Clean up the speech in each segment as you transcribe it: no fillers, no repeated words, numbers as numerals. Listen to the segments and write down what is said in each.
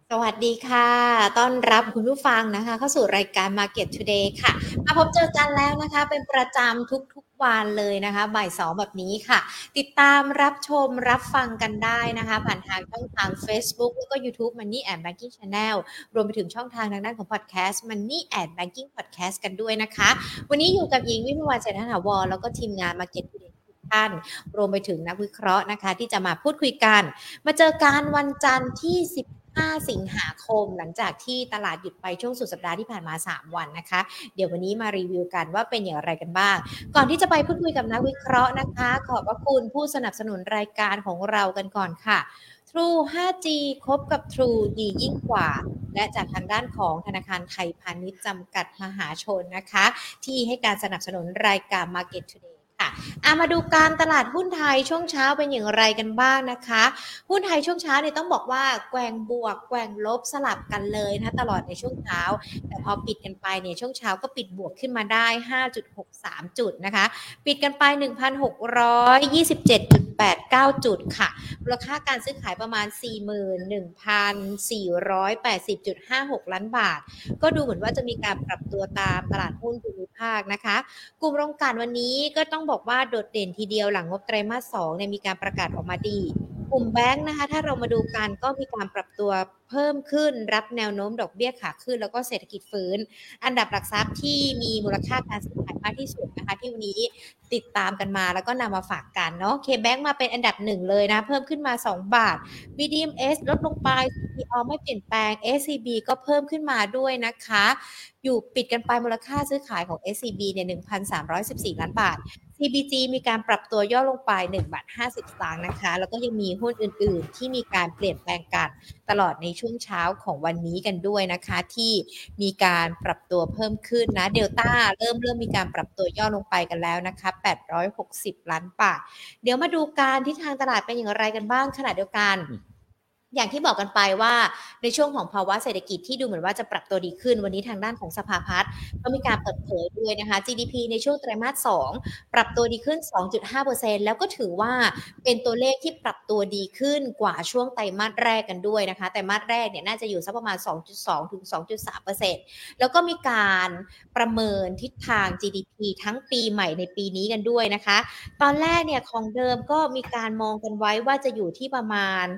สวัสดีค่ะต้อนรับคุณผู้ฟังนะคะเข้าสู่รายการ Market Today ค่ะมาพบเจอกันแล้วนะคะเป็นประจำทุกๆวันเลยนะคะบ่าย2แบบนี้ค่ะติดตามรับชมรับฟังกันได้นะคะผ่านทางช่องทางเฟซบุ๊กแล้วก็ยูทูบ Money and Banking Channel รวมไปถึงช่องทางด้านของพอดแคสต์ Money and Banking Podcast กันด้วยนะคะวันนี้อยู่กับหญิงวิมลวรรณเศรษฐถาวรแล้วก็ทีมงาน Market Today ทุกท่านรวมไปถึงนักวิเคราะห์นะคะที่จะมาพูดคุยกัน มาเจอกันวันจันทร์ที่15สิงหาคมหลังจากที่ตลาดหยุดไปช่วงสุดสัปดาห์ที่ผ่านมา3วันนะคะเดี๋ยววันนี้มารีวิวกันว่าเป็นอย่างไรกันบ้างก่อนที่จะไปพูดคุยกับนักวิเคราะห์นะคะขอบพระคุณผู้สนับสนุนรายการของเรากันก่อนค่ะ True 5G คบกับ True ดียิ่งกว่าและจากทางด้านของธนาคารไทยพาณิชย์จำกัดมหาชนนะคะที่ให้การสนับสนุนรายการ Market Today ค่ะมาดูการตลาดหุ้นไทยช่วงเช้าเป็นอย่างไรกันบ้างนะคะหุ้นไทยช่วงเช้าเนี่ยต้องบอกว่าแกว่งบวกแกว่งลบสลับกันเลยนะคะตลอดในช่วงเช้าแต่พอปิดกันไปเนี่ยช่วงเช้าก็ปิดบวกขึ้นมาได้ 5.63 จุดนะคะปิดกันไป 1,627.89 จุดค่ะมูลค่าการซื้อขายประมาณ 41,480.56 ล้านบาทก็ดูเหมือนว่าจะมีการปรับตัวตามตลาดหุ้นภูมิภาคนะคะกลุ่มโรงกลั่นวันนี้ก็ต้องบอกว่าโดดเด่นทีเดียวหลังงบไตรมาส2เนี่ยมีการประกาศออกมาดีกลุ่มแบงค์นะคะถ้าเรามาดูกันก็มีการปรับตัวเพิ่มขึ้นรับแนวโน้มดอกเบี้ยขาขึ้นแล้วก็เศรษฐกิจฟื้นอันดับหลักทรัพย์ที่มีมูลค่าการซื้อขายมากที่สุดนะคะที่วันนี้ติดตามกันมาแล้วก็นำมาฝากกันเนาะเคแบงค์มาเป็นอันดับ1เลยนะเพิ่มขึ้นมา2 บาท BDMs ลดลงไป CPO ไม่เปลี่ยนแปลง SCB ก็เพิ่มขึ้นมาด้วยนะคะอยู่ปิดกันไปมูลค่าซื้อขายของ SCB เนี่ย 1,314 ล้านบาท CBG มีการปรับตัวย่อลงไป1.50 บาทนะคะแล้วก็ยังมีหุ้นอื่นๆที่มีการเปลี่ยนแปลงกันตลอดในช่วงเช้าของวันนี้กันด้วยนะคะที่มีการปรับตัวเพิ่มขึ้นนะเดลต้าเริ่มมีการปรับตัวย่อลงไปกันแล้วนะคะ860 ล้านบาทเดี๋ยวมาดูการที่ทางตลาดเป็นอย่างไรกันบ้างขณะเดียวกันอย่างที่บอกกันไปว่าในช่วงของภาวะเศรษฐกิจที่ดูเหมือนว่าจะปรับตัวดีขึ้นวันนี้ทางด้านของสภาพัฒน์ก็มีการเปิดเผยด้วยนะคะ GDP ในช่วงไตรมาส2ปรับตัวดีขึ้น 2.5% แล้วก็ถือว่าเป็นตัวเลขที่ปรับตัวดีขึ้นกว่าช่วงไตรมาสแรกกันด้วยนะคะไตรมาสแรกเนี่ยน่าจะอยู่สักประมาณ 2.2 ถึง 2.3% แล้วก็มีการประเมินทิศทาง GDP ทั้งปีใหม่ในปีนี้กันด้วยนะคะตอนแรกเนี่ยของเดิมก็มีการมองกันไว้ว่าจะอยู่ที่ประมาณ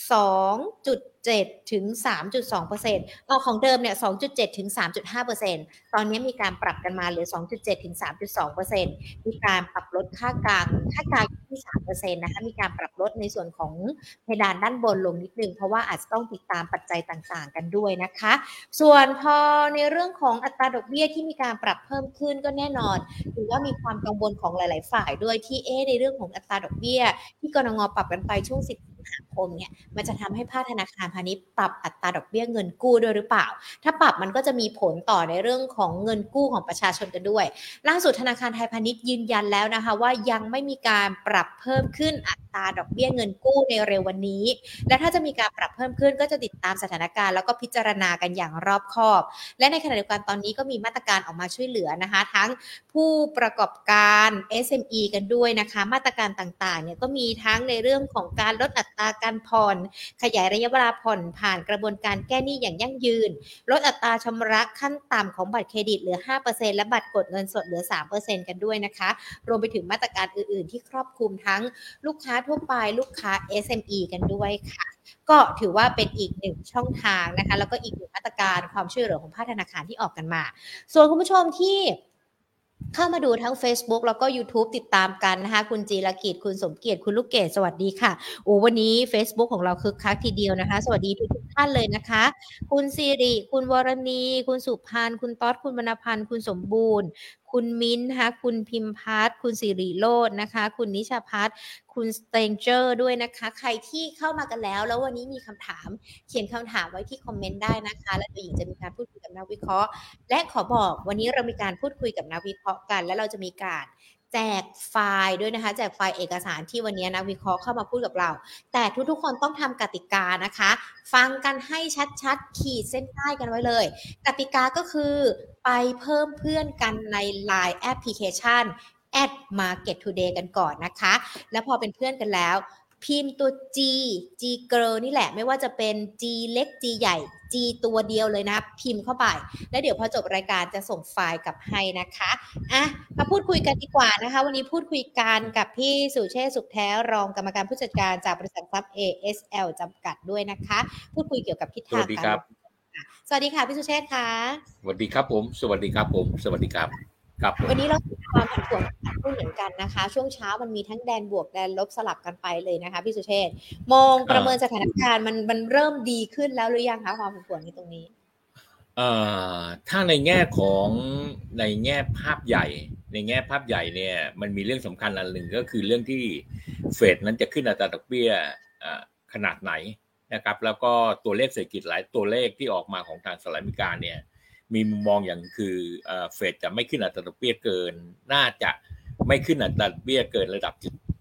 2.7 ถึง 3.2% ของเดิมเนี่ย 2.7 ถึง 3.5% ตอนนี้มีการปรับกันมาเหลือ 2.7 ถึง 3.2% มีการปรับลดค่ากลางที่ 3% นะคะมีการปรับลดในส่วนของเพดานด้านบนลงนิดนึงเพราะว่าอาจจะต้องติดตามปัจจัยต่างๆกันด้วยนะคะส่วนพอในเรื่องของอัตราดอกเบี้ยที่มีการปรับเพิ่มขึ้นก็แน่นอนถือว่ามีความกังวลของหลายๆฝ่ายด้วยที่ในเรื่องของอัตราดอกเบี้ยที่กนง.ปรับกันไปช่วง10 สิงหาคมเนี่ยมันจะทำให้ภาคธนาคารพาณิชย์ปรับอัตราดอกเบี้ยเงินกู้ด้วยหรือเปล่าถ้าปรับมันก็จะมีผลต่อในเรื่องของเงินกู้ของประชาชนกันด้วยล่าสุดธนาคารไทยพาณิชย์ยืนยันแล้วนะคะว่ายังไม่มีการปรับเพิ่มขึ้นอัตราดอกเบี้ยเงินกู้ในเร็ววันนี้และถ้าจะมีการปรับเพิ่มขึ้นก็จะติดตามสถานการณ์แล้วก็พิจารณากันอย่างรอบคอบและในขณะเดียวกันตอนนี้ก็มีมาตรการออกมาช่วยเหลือนะคะทั้งผู้ประกอบการ SME กันด้วยนะคะมาตรการต่างๆเนี่ยก็มีทั้งในเรื่องของการลดอัตราการผ่อนขยายระยะเวลาผ่อนผ่านกระบวนการแก้หนี้อย่างยั่งยืนลดอัตราชำระขั้นต่ำของบัตรเครดิตเหลือ 5% และบัตรกดเงินสดเหลือ 3% กันด้วยนะคะรวมไปถึงมาตรการอื่นๆที่ครอบคลุมทั้งลูกค้าทั่วไปลูกค้า SME กันด้วยค่ะก็ถือว่าเป็นอีกหนึ่งช่องทางนะคะแล้วก็อีกหนึ่งมาตรการความช่วยเหลือของภาคธนาคารที่ออกกันมาส่วนคุณผู้ชมที่เข้ามาดูทั้ง Facebook แล้วก็ YouTube ติดตามกันนะคะคุณจีรกิจคุณสมเกียรติคุณลูกเกดสวัสดีค่ะวันนี้ Facebook ของเราคึกคักทีเดียวนะคะสวัสดีทุกท่านเลยนะคะคุณสิริคุณวรณีคุณสุพันธ์คุณต๊อดคุณวรรณพันธ์คุณสมบูรณ์คุณมิ้นนะคะคุณพิมพัฒน์คุณสิริโรจน์นะคะคุณนิชาพัฒน์คุณสเตนเจอร์ด้วยนะคะใครที่เข้ามากันแล้ววันนี้มีคำถามเขียนคำถามไว้ที่คอมเมนต์ได้นะคะแล้วตัวหญิงจะมีการพูดคุยกับนักวิเคราะห์และขอบอกวันนี้เรามีการพูดคุยกับนักวิเคราะห์กันและเราจะมีการแจกไฟล์ด้วยนะคะแจกไฟล์เอกสารที่วันนี้นักวิเคราะห์เข้ามาพูดกับเราแต่ทุกๆคนต้องทำกติกานะคะฟังกันให้ชัดๆขีดเส้นใต้กันไว้เลยกติกาก็คือไปเพิ่มเพื่อนกันใน LINE แอปพลิเคชัน @Market Today กันก่อนนะคะแล้วพอเป็นเพื่อนกันแล้วพิมพ์ตัว G girl นี่แหละไม่ว่าจะเป็น G เล็ก G ใหญ่ G ตัวเดียวเลยนะพิมพ์เข้าไปแล้วเดี๋ยวพอจบรายการจะส่งไฟล์กลับให้นะคะมาพูดคุยกันดีกว่านะคะวันนี้พูดคุยกันกับพี่สุเชษฐ์สุขแท้รองกรรมการผู้จัดการจากบริษัททรัพย์ ASL จำกัดด้วยนะคะพูดคุยเกี่ยวกับทิศทางการสวัสดีค่ะพี่สุเชษฐ์ค่ะสวัสดีครับผมสวัสดีครับผมสวัสดีครับครับวันนี้เรามีความผันผวนหุ้นเหมือนกันนะคะช่วงเช้ามันมีทั้งแดนบวกแดนลบสลับกันไปเลยนะคะพี่สุเชษฐ์มองประเมินสถานการณ์มันเริ่มดีขึ้นแล้วหรือยังคะความผันผวนในตรงนี้ถ้าในแง่ภาพใหญ่เนี่ยมันมีเรื่องสำคัญอันหนึ่งก็คือเรื่องที่เฟดนั้นจะขึ้นอัตราดอกเบี้ยขนาดไหนนะครับแล้วก็ตัวเลขเศรษฐกิจหลายตัวเลขที่ออกมาของทางสหรัฐอเมริกาเนี่ยมีมุมมองอย่างคือเฟดจะไม่ขึ้นอัตราดอกเบี้ยเกินน่าจะไม่ขึ้นอัตราดอกเบี้ยเกินระดับ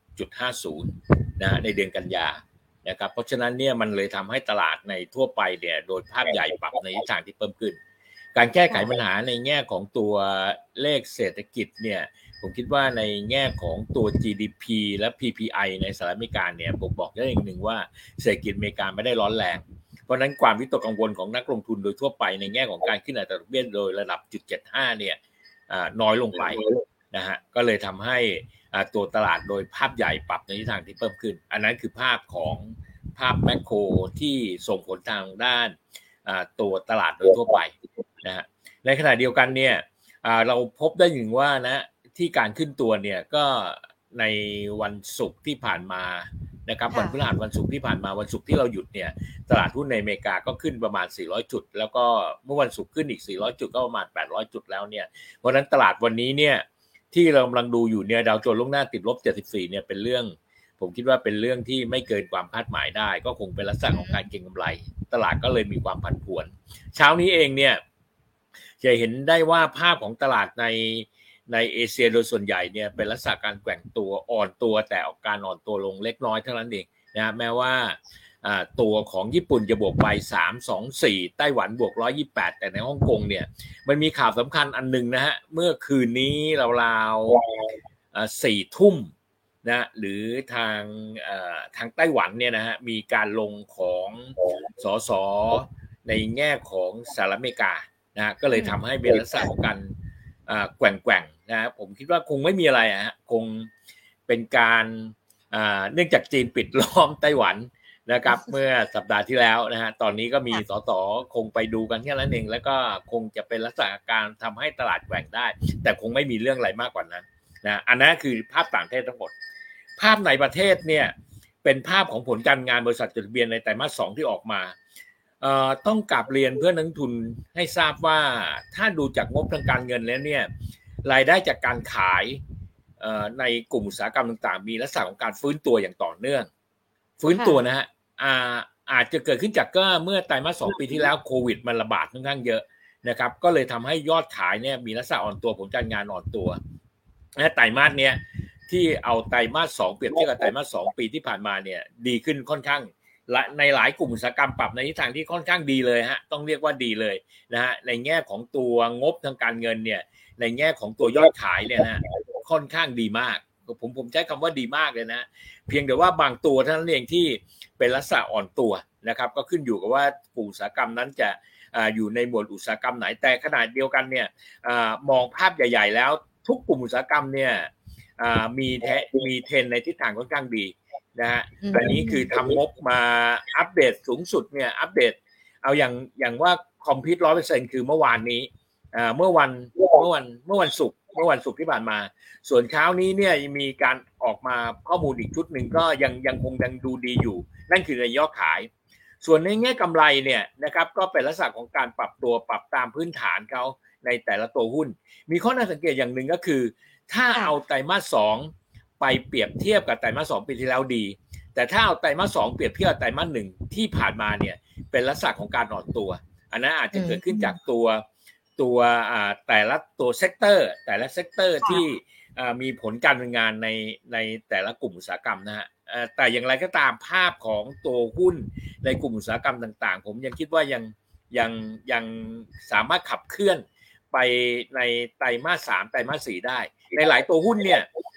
0.50 นะในเดือนกันยานะครับเพราะฉะนั้นเนี่ยมันเลยทำให้ตลาดในทั่วไปเนี่ยโดยภาพใหญ่ปรับในทิศทางที่เพิ่มขึ้นการแก้ไขปัญหาในแง่ของตัวเลขเศรษฐกิจเนี่ยผมคิดว่าในแง่ของตัว GDP และ PPI ในสหรัฐอเมริกาเนี่ยบอกได้อย่างหนึ่งว่าเศรษฐกิจอเมริกาไม่ได้ร้อนแรงเพราะนั้นความวิตกกังวลของนักลงทุนโดยทั่วไปในแง่ของการขึ้นอัตราดอกเบี้ยโดยระดับ 0.75 เนี่ยน้อยลงไปนะฮะก็เลยทำให้ตัวตลาดโดยภาพใหญ่ปรับในทิศทางที่เพิ่มขึ้นอันนั้นคือภาพแมคโครที่ส่งผลทางด้านตัวตลาดโดยทั่วไปนะฮะในขณะเดียวกันเนี่ยเราพบได้ถึงว่านะที่การขึ้นตัวเนี่ยก็ในวันศุกร์ที่ผ่านมานะครับวันพฤหัสวันศุกร์ที่ผ่านมาวันศุกร์ที่เราหยุดเนี่ยตลาดหุ้นในอเมริกาก็ขึ้นประมาณ400จุดแล้วก็เมื่อวันศุกร์ขึ้นอีก400จุดก็ประมาณ800จุดแล้วเนี่ยเพราะนั้นตลาดวันนี้เนี่ยที่เรากำลังดูอยู่เนี่ยดาวโจนส์ล่วงหน้าติดลบ74เนี่ยเป็นเรื่องผมคิดว่าเป็นเรื่องที่ไม่เกินความคาดหมายได้ก็คงเป็นลักษณะของการเก็งกำไรตลาดก็เลยมีความผันผวนเช้านี้เองเนี่ยจะเห็นได้ว่าภาพของตลาดในเอเชียโดยส่วนใหญ่เนี่ยเป็นลักษณะการแกว่งตัวอ่อนตัวแต่การอ่อนตัวลงเล็กน้อยเท่านั้นเองนะแม้ว่าตัวของญี่ปุ่นจะบวกไป324ไต้หวันบวก128แต่ในฮ่องกงเนี่ยมันมีข่าวสำคัญอันนึงนะฮะเมื่อคืนนี้ราวๆ4 ทุ่มนะหรือทางไต้หวันเนี่ยนะฮะมีการลงของสสในแง่ของสหรัฐอเมริกานะก็เลยทำให้เป็นลักษณะของการแกว่งนะผมคิดว่าคงไม่มีอะไรฮะคงเป็นการเนื่องจากจีนปิดล้อมไต้หวันนะครับเมื่อสัปดาห์ที่แล้วนะฮะตอนนี้ก็มีสสคงไปดูกันแค่นั้นเองแล้วก็คงจะเป็นลักษณะการทำให้ตลาดแกว่งได้แต่คงไม่มีเรื่องอะไรมากกว่านั้นนะอันนั้นคือภาพต่างประเทศทั้งหมดภาพในประเทศเนี่ยเป็นภาพของผลการงานบริษัทจดทะเบียนในไตรมาส 2ที่ออกมาต้องกลับเรียนเพื่อนนักทุนให้ทราบว่าถ้าดูจากงบทางการเงินแล้วเนี่ยรายได้จากการขายในกลุ่มอุตสาหกรรมต่างๆมีลักษณะของการฟื้นตัวอย่างต่อเนื่องฟื้นตัวนะฮะอาจจะเกิดขึ้นจากก็เมื่อไตรมาส 2ปีที่แล้วโควิดมันระบาดค่อนข้างเยอะนะครับก็เลยทำให้ยอดขายเนี่ยมีลักษณะอ่อนตัวผลการงานอ่อนตัวและไตรมาสเนี้ยที่เอาไตรมาส 2เปรียบเทียบกับไตรมาส 2ปีที่ผ่านมาเนี่ยดีขึ้นค่อนข้างในหลายกลุ่มอุตสาหกรรมปรับในทิศทางที่ค่อนข้างดีเลยฮะต้องเรียกว่าดีเลยนะฮะในแง่ของตัวงบทางการเงินเนี่ยในแง่ของตัวยอดขายเนี่ยนะค่อนข้างดีมากผมใช้คำว่าดีมากเลยนะเพียงแต่ว่าบางตัวเท่านั้นเองที่เป็นลักษณะอ่อนตัวนะครับก็ขึ้นอยู่กับว่ากลุ่มอุตสาหกรรมนั้นจะอยู่ในหมวดอุตสาหกรรมไหนแต่ขนาดเดียวกันเนี่ยมองภาพใหญ่ๆแล้วทุกกลุ่มอุตสาหกรรมเนี่ยมีเทรนในทิศทางค่อนข้างดีนะฮะอันนี้คือทำงบมาอัปเดตสูงสุดเนี่ยอัปเดตเอาอย่างว่าคอมพิวต์ 100% คือเมื่อวานนี้เมื่อวันศุกร์ที่ผ่านมาส่วนเช้านี้เนี่ยมีการออกมาข้อมูลอีกชุดหนึ่งก็ยังคงดูดีอยู่นั่นคือในยอดขายส่วนในแง่กำไรเนี่ยนะครับก็เป็นลักษณะของการปรับตามพื้นฐานเขาในแต่ละตัวหุ้นมีข้อน่าสังเกตอย่างหนึ่งก็คือถ้าเอาไตรมาส 2ไปเปรียบเทียบกับไตรมาส 2ปีที่แล้วดีแต่ถ้าเอาไตรมาส 2เปรียบเทียบกับไตรมาส 1ที่ผ่านมาเนี่ยเป็นลักษณะของการอ่อนตัวอันนั้นอาจจะเกิดขึ้นจากตัวแต่ละตัวเซกเตอร์ที่มีผลการดำเนินงานในแต่ละกลุ่มอุตสาหกรรมนะฮะแต่อย่างไรก็ตามภาพของตัวหุ้นในกลุ่มอุตสาหกรรมต่างๆผมยังคิดว่ายังสามารถขับเคลื่อนไปในไตรมาส 3ไตรมาส 4ได้ในหลายตัวหุ้นเนี่ย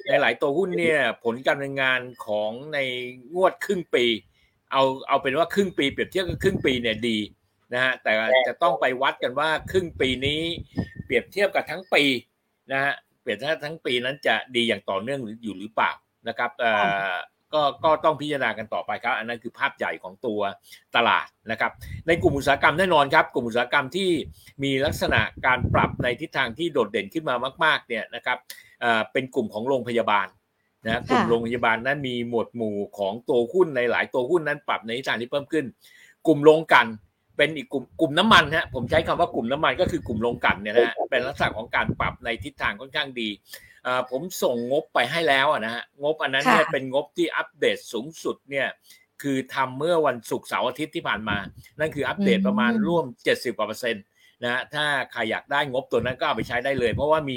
ในหลายตัวหุ้นเนี่ยผลการดำเนินงานของในงวดครึ่งปีเอาเป็นว่าครึ่งปีเปรียบเทียบกับครึ่งปีเนี่ยดีนะฮะแต่จะต้องไปวัดกันว่าครึ่งปีนี้เปรียบเทียบกับทั้งปีนะฮะเปรียบเทียบทั้งปีนั้นจะดีอย่างต่อเนื่องอยู่หรือเปล่านะครับก็ต้องพิจารณากันต่อไปครับอันนั้นคือภาพใหญ่ของตัวตลาดนะครับในกลุ่มอุตสาหกรรมแน่นอนครับกลุ่มอุตสาหกรรมที่มีลักษณะการปรับในทิศทางที่โดดเด่นขึ้นมามากๆเนี่ยนะครับเป็นกลุ่มของโรงพยาบาลนะกลุ่มโรงพยาบาลนั้นมีหมวดหมู่ของตัวหุ้นในหลายตัวหุ้นนั้นปรับในทิศทางที่เพิ่มขึ้นกลุ่มโรงกลั่นเป็นอีกกลุ่มน้ำมันฮะผมใช้คำว่ากลุ่มน้ำมันก็คือกลุ่มโรงกลั่นเนี่ยนะเป็นลักษณะของการปรับในทิศทางค่อนข้างดีผมส่งงบไปให้แล้วนะฮะงบอันนั้นเนี่ยเป็นงบที่อัปเดตสูงสุดเนี่ยคือทำเมื่อวันศุกร์เสาร์อาทิตย์ที่ผ่านมานั่นคืออัปเดตประมาณร่วม70%กว่านะฮะถ้าใครอยากได้งบตัวนั้นก็เอาไปใช้ได้เลยเพราะว่า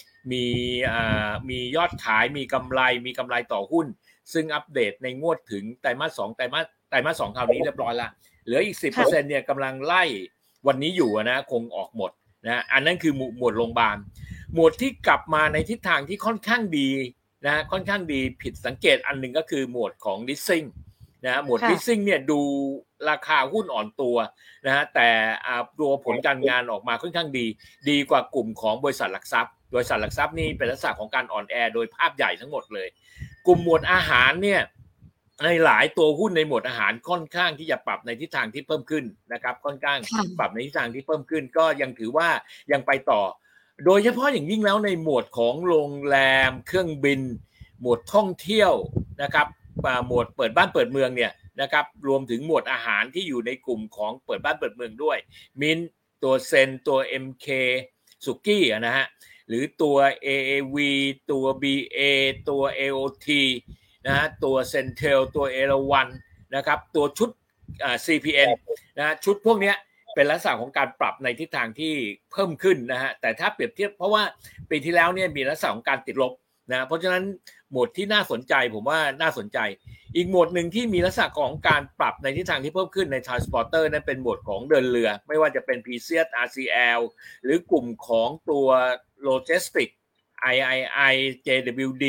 มียอดขายมีกำไรต่อหุ้นซึ่งอัปเดตในงวดถึงไตรมาส2ไตรมาส2คราวนี้เรียบร้อยละเหลืออีก 10% เนี่ยกำลังไล่วันนี้อยู่นะคงออกหมดนะอันนั้นคือหมวดโรงพยาบาลหมวดที่กลับมาในทิศทางที่ค่อนข้างดีนะค่อนข้างดีผิดสังเกตอันนึงก็คือหมวดของ leasing นะหมวด leasing เนี่ยดูราคาหุ้นอ่อนตัวนะแต่ตัวผลการงานออกมาค่อนข้างดีกว่ากลุ่มของบริษัทหลักทรัพย์นี่เป็นลักษณะของการอ่อนแอโดยภาพใหญ่ทั้งหมดเลยกลุ่มหมวดอาหารเนี่ยในหลายตัวหุ้นในหมวดอาหารค่อนข้างที่จะปรับในทิศทางที่เพิ่มขึ้นนะครับค่อนข้างปรับในทิศทางที่เพิ่มขึ้นก็ยังถือว่ายังไปต่อโดยเฉพาะอย่างยิ่งแล้วในหมวดของโรงแรมเครื่องบินหมวดท่องเที่ยวนะครับหมวดเปิดบ้านเปิดเมืองเนี่ยนะครับรวมถึงหมวดอาหารที่อยู่ในกลุ่มของเปิดบ้านเปิดเมืองด้วยมินตัวเซนตัว MK สุกี้นะฮะหรือตัว AAV ตัว BA ตัว AOT นะฮะตัว Centel ตัว Elawan นะครับตัวชุดCPN นะชุดพวกนี้เป็นลักษณะของการปรับในทิศทางที่เพิ่มขึ้นนะฮะแต่ถ้าเปรียบเทียบเพราะว่าปีที่แล้วเนี่ยมีลักษณะของการติดลบนะเพราะฉะนั้นหมวดที่น่าสนใจผมว่าน่าสนใจอีกหมวดหนึ่งที่มีลักษณะของการปรับในทิศทางที่เพิ่มขึ้นใน Transporter นั้นเป็นหมวดของเดินเรือไม่ว่าจะเป็น PCS RCL หรือกลุ่มของตัว Logistics III JWD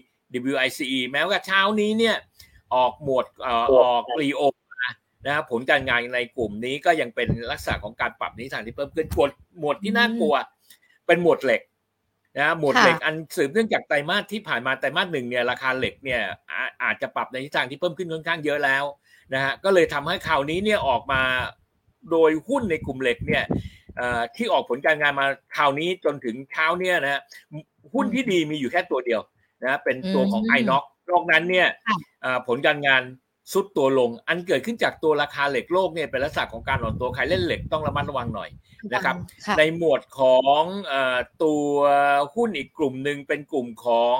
WICE แม้ว่าเช้านี้เนี่ยออกหมวดออกรีโอนะผลการงานในกลุ่มนี้ก็ยังเป็นลักษณะของการปรับในทิศทางที่เพิ่มขึ้นหมวดที่น่ากลัวเป็นหมวดเหล็กนะหมวดเหล็กอันสืบเนื่องจากไตรมาสที่ผ่านมาไตรมาส1เนี่ยราคาเหล็กเนี่ยอาจจะปรับในทิศทางที่เพิ่มขึ้นค่อนข้างเยอะแล้วนะฮะก็เลยทำให้คราวนี้เนี่ยออกมาโดยหุ้นในกลุ่มเหล็กเนี่ยที่ออกผลการงานมาคราวนี้จนถึงเช้าเนี่ยนะฮะหุ้นที่ดีมีอยู่แค่ตัวเดียวนะเป็นตัวของ iNOX นอกนั้นเนี่ยผลการงานซุดตัวลงอันเกิดขึ้นจากตัวราคาเหล็กโลกเนี่ยเป็นลักษณะของการอ่อนตัวใครเล่นเหล็กต้องระมัดระวังหน่อยนะครับในหมวดของตัวหุ้นอีกกลุ่มหนึ่งเป็นกลุ่มของ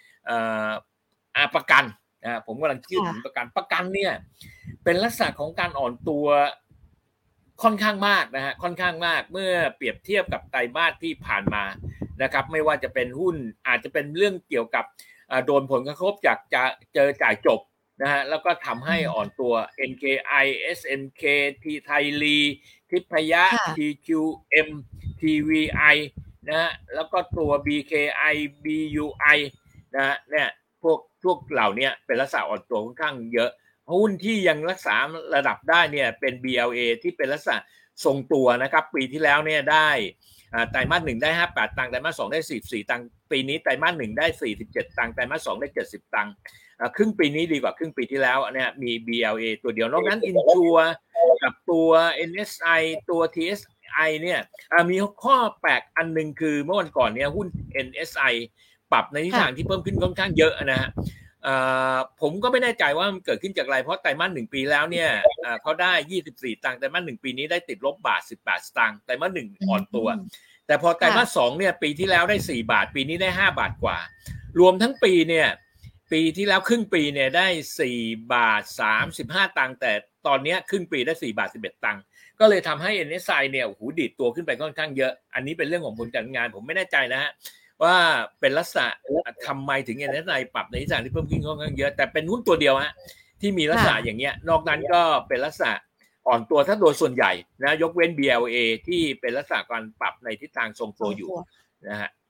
ประกันผมกำลังคิดถึงประกันเนี่ยเป็นลักษณะของการอ่อนตัวค่อนข้างมากนะฮะค่อนข้างมากเมื่อเปรียบเทียบกับไตรมาสที่ผ่านมานะครับไม่ว่าจะเป็นหุ้นอาจจะเป็นเรื่องเกี่ยวกับโดนผลกระทบจากจะเจอจ่ายจบนะฮะแล้วก็ทำให้อ่อนตัว NKI SNK ทีไทยลีทิพยะ TQM TVI นะฮะแล้วก็ตัว BKI BUI นะฮะเนี่ยพวกเหล่านี้เป็นลักษณะอ่อนตัวค่อนข้างเยอะหุ้นที่ยังรักษาระดับได้เนี่ยเป็น BLA ที่เป็นลักษณะทรงตัวนะครับปีที่แล้วเนี่ยได้ไตรมาส1ได้58ตังค์ไตรมาส2ได้44ตังค์ปีนี้ไตรมาส1ได้47ตังค์ไตรมาส2ได้70ตังค์ครึ่งปีนี้ดีกว่าครึ่งปีที่แล้วเนี่ยมี BLA ตัวเดียวนอกนั้น Insure กับตัว NSI ตัว TSI เนี่ยมีข้อแปลกอันนึงคือเมื่อวันก่อนเนี่ยหุ้น NSI ปรับในทิศทางที่เพิ่มขึ้นค่อนข้างเยอะนะฮะผมก็ไม่แน่ใจว่ามันเกิดขึ้นจากอะไรเพราะไตรมาส1ปีแล้วเนี่ยเขาได้24ตังค์ไตรมาส1ปีนี้ได้ติดลบบาท18สตางค์ไตรมาส1อ่อนตัวแต่พอไตรมาส2เนี่ยปีที่แล้วได้4บาทปีนี้ได้5บาทกว่ารวมทั้งปีเนี่ยปีที่แล้วครึ่งปีเนี่ยได้4บาท35ตังค์แต่ตอนนี้ครึ่งปีได้4บาท11ตังค์ก็เลยทำให้ NSI เนี่ยโอ้โหดีดตัวขึ้นไปค่อนข้างเยอะอันนี้เป็นเรื่องของผลการงานผมไม่แน่ใจนะฮะว่าเป็นลักษณะทำไมถึง NSI ปรับในทิศทางที่เพิ่มขึ้นค่อนข้างเยอะแต่เป็นหุ้นตัวเดียวฮะที่มีลักษณะอย่างเงี้ยนอกนั้นก็เป็นลักษณะอ่อนตัวถ้าโดยส่วนใหญ่นะยกเว้น BLA ที่เป็นลักษณะการปรับในทิศทางทรงตัวอยู่นะฮะ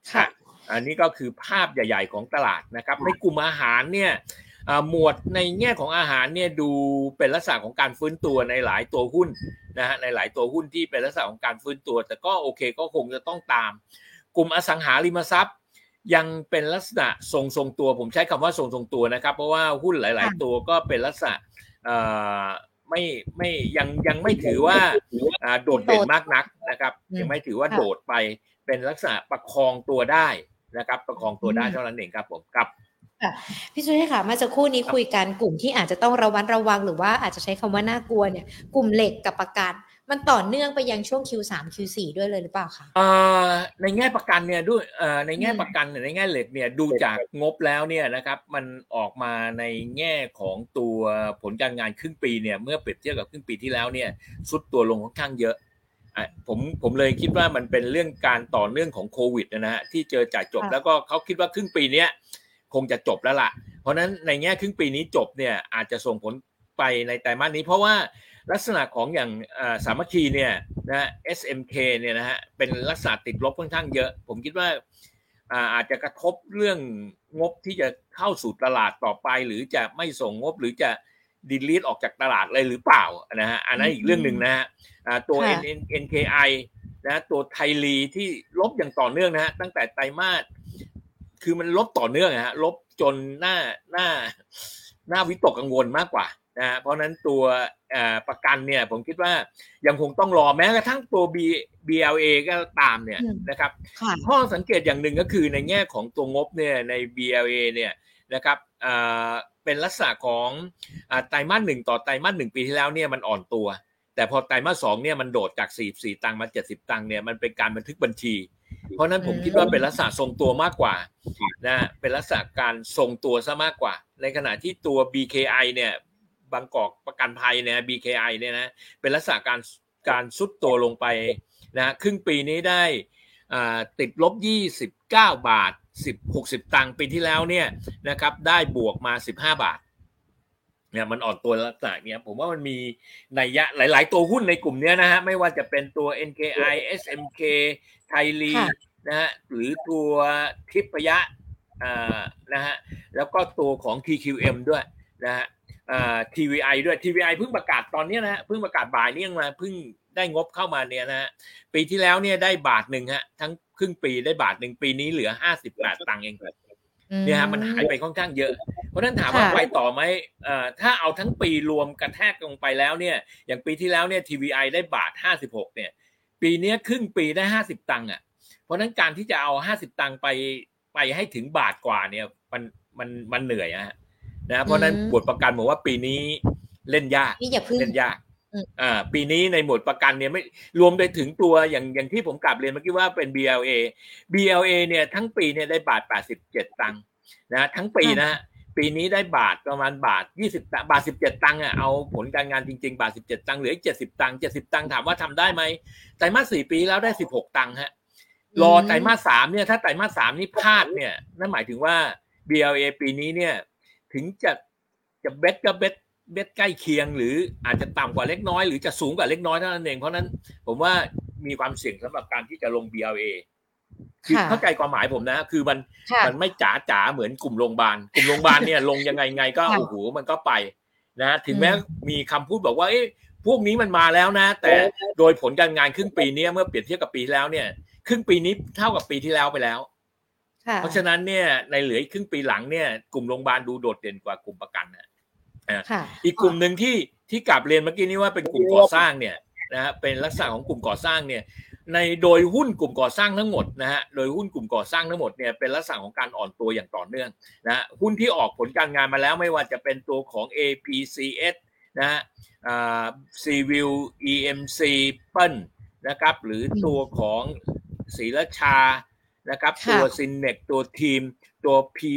ค่ะอันนี้ก็คือภาพใหญ่ๆของตลาดนะครับในกลุ่มอาหารเนี่ยหมวดในแง่ของอาหารเนี่ยดูเป็นลักษณะของการฟื้นตัวในหลายตัวหุ้นนะฮะในหลายตัวหุ้นที่เป็นลักษณะของการฟื้นตัวแต่ก็โอเคก็คงจะต้องตามกลุ่มอสังหาริมทรัพย์ยังเป็นลักษณะทรงตัวผมใช้คำว่าทรงตัวนะครับเพราะว่าหุ้นหลายๆตัวก็เป็นลักษณะไม่ยังไม่ถือว่าโดดเด่นมากนักนะครับยังไม่ถือว่าโดดไปเป็นลักษณะประคองตัวได้นะครับประคองตัวได้เท่านั้นเองครับผมครับพี่สุเทพค่ะเมื่อสักครู่นี้คุยกันกลุ่มที่อาจจะต้องระวังหรือว่าอาจจะใช้คำว่าน่ากลัวเนี่ยกลุ่มเหล็กกับประกันมันต่อเนื่องไปยังช่วง Q3 Q4 ด้วยเลยหรือเปล่าคะในแง่ประกันเนี่ยด้วยในแง่ประกันในแง่เหล็กเนี่ยดูจากงบแล้วเนี่ยนะครับมันออกมาในแง่ของตัวผลการงานครึ่งปีเนี่ยเมื่อเปรียบเทียบกับครึ่งปีที่แล้วเนี่ยทรุดตัวลงค่อนข้างเยอะผมเลยคิดว่ามันเป็นเรื่องการต่อเนื่องของโควิดนะฮะที่เจอจ่ายจบแล้วก็เขาคิดว่าครึ่งปีนี้คงจะจบแล้วล่ะเพราะนั้นในแง่ครึ่งปีนี้จบเนี่ยอาจจะส่งผลไปในไตรมาสนี้เพราะว่าลักษณะของอย่างสามัคคีเนี่ยนะ SMK เนี่ยนะฮะเป็นลักษณะติดลบค่อนข้างเยอะผมคิดว่าอาจจะกระทบเรื่องงบที่จะเข้าสู่ตลาดต่อไปหรือจะไม่ส่งงบหรือจะดีลีทออกจากตลาดเลยหรือเปล่านะฮะอันนั้นอีกเรื่องหนึ่งนะฮะตัว NKI นะตัวไทลีที่ลบอย่างต่อเนื่องนะฮะตั้งแต่ไตรมาสคือมันลบต่อเนื่องนะฮะลบจนหน้าวิตกกังวลมากกว่านะเพราะนั้นตัวประกันเนี่ยผมคิดว่ายังคงต้องรอแม้กระทั่งตัว BLA ก็ตามเนี่ยนะครับข้อสังเกตอย่างหนึ่งก็คือในแง่ของตัวงบเนี่ยใน BLA เนี่ยนะครับเป็นลักษณะของไตรมาส1ต่อไตรมาส1ปีที่แล้วเนี่ยมันอ่อนตัวแต่พอไตรมาส2เนี่ยมันโดดจาก44ตังค์มา70ตังค์เนี่ยมันเป็นการบันทึกบัญชีเพราะนั้นผมคิดว่าเป็นลักษณะทรงตัวมากกว่านะเป็นลักษณะการทรงตัวซะมากกว่าในขณะที่ตัว BKI เนี่ยบางกอกประกันภัยเนี่ย BKI เนี่ยนะเป็นลักษณะการซุดตัวลงไปนะครึ่งปีนี้ได้ติดลบ29 บาท60ตังค์ปีที่แล้วเนี่ยนะครับได้บวกมา15 บาทเนี่ยมันอ่อนตัวลักษณะเนี้ยผมว่ามันมีนัยยะหลายๆตัวหุ้นในกลุ่มนี้นะฮะไม่ว่าจะเป็นตัว NKI SMK ไทลีนะฮะหรือตัวทิพยะนะฮะแล้วก็ตัวของ TQM ด้วยนะฮะTVI ด้วย TVI เพิ่งประกาศตอนนี้นะฮะเพิ่งประกาศบ่ายนี้มาเพิ่งได้งบเข้ามาเนี่ยนะฮะปีที่แล้วเนี่ยได้บาท1ฮะทั้งครึ่งปีได้บาท1ปีนี้เหลือ58ตังค์เองเนี่ยฮะมันหายไปค่อนข้างเยอะเพราะนั้นถามว่าไปต่อไหมถ้าเอาทั้งปีรวมกระแทกลงไปแล้วเนี่ยอย่างปีที่แล้วเนี่ย TVI ได้บาท56เนี่ยปีนี้ครึ่งปีได้50ตังค์อ่ะเพราะนั้นการที่จะเอา50ตังค์ไปให้ถึงบาทกว่าเนี่ยมันเหนื่อยนะเพราะนั้นบทประกันบอกว่าปีนี้เล่นยากเล่นยากปีนี้ในหมวดประกันเนี่ยไม่รวมไปถึงตัวอย่างที่ผมกลับเรียนเมื่อกี้ว่าเป็น BLA เนี่ยทั้งปีเนี่ยได้บาท87ตังค์นะทั้งปีนะฮะปีนี้ได้บาทประมาณบาท20ตังค์บาท17ตังค์เอาผลการงานจริงๆบาท17ตังค์เหลืออีก70ตังค์70ตังค์ถามว่าทำได้ไหมไตรมาส4ปีแล้วได้16ตังค์ฮะรอไตรมาส3เนี่ยถ้าไตรมาส3นี่พลาดเนี่ยนั่นหมายถึงว่า BLA ปีนี้เนี่ยถึงจะเบ็ดก็เบ็ดใกล้เคียงหรืออาจจะต่ำกว่าเล็กน้อยหรือจะสูงกว่าเล็กน้อยเท่านั้นเองเพราะนั้นผมว่ามีความเสี่ยงสำหรับการที่จะลง BLA คือเข้าใจความหมายผมนะคือมันไม่จ๋าเหมือนกลุ่มโรงพยาบาลเนี่ยลงยังไงก็โอ้โหมันก็ไปนะถึงแม้มีคำพูดบอกว่าพวกนี้มันมาแล้วนะแต่โดยผลการงานครึ่งปีนี้เมื่อเปรียบเทียบกับปีที่แล้วเนี่ยครึ่งปีนี้เท่ากับปีที่แล้วไปแล้วเพราะฉะนั้นเนี่ยในเหลืออีกครึ่งปีหลังเนี่ยกลุ่มโรงพยาบาลดูโดดเด่นกว่ากลุ่มประกันนะอีกกลุ่มหนึ่งที่กลับเรียนเมื่อกี้นี้ว่าเป็นกลุ่มก่อสร้างเนี่ยนะฮะเป็นลักษณะของกลุ่มก่อสร้างเนี่ยโดยหุ้นกลุ่มก่อสร้างทั้งหมดนะฮะโดยหุ้นกลุ่มก่อสร้างทั้งหมดเนี่ยเป็นลักษณะของการอ่อนตัวอย่างต่อเนื่องนะหุ้นที่ออกผลการงานมาแล้วไม่ว่าจะเป็นตัวของ APCS นะฮะCivil EMC เปิ้ลนะครับหรือตัวของศรีราชานะครับตัวซินเนกตัวทีมตัว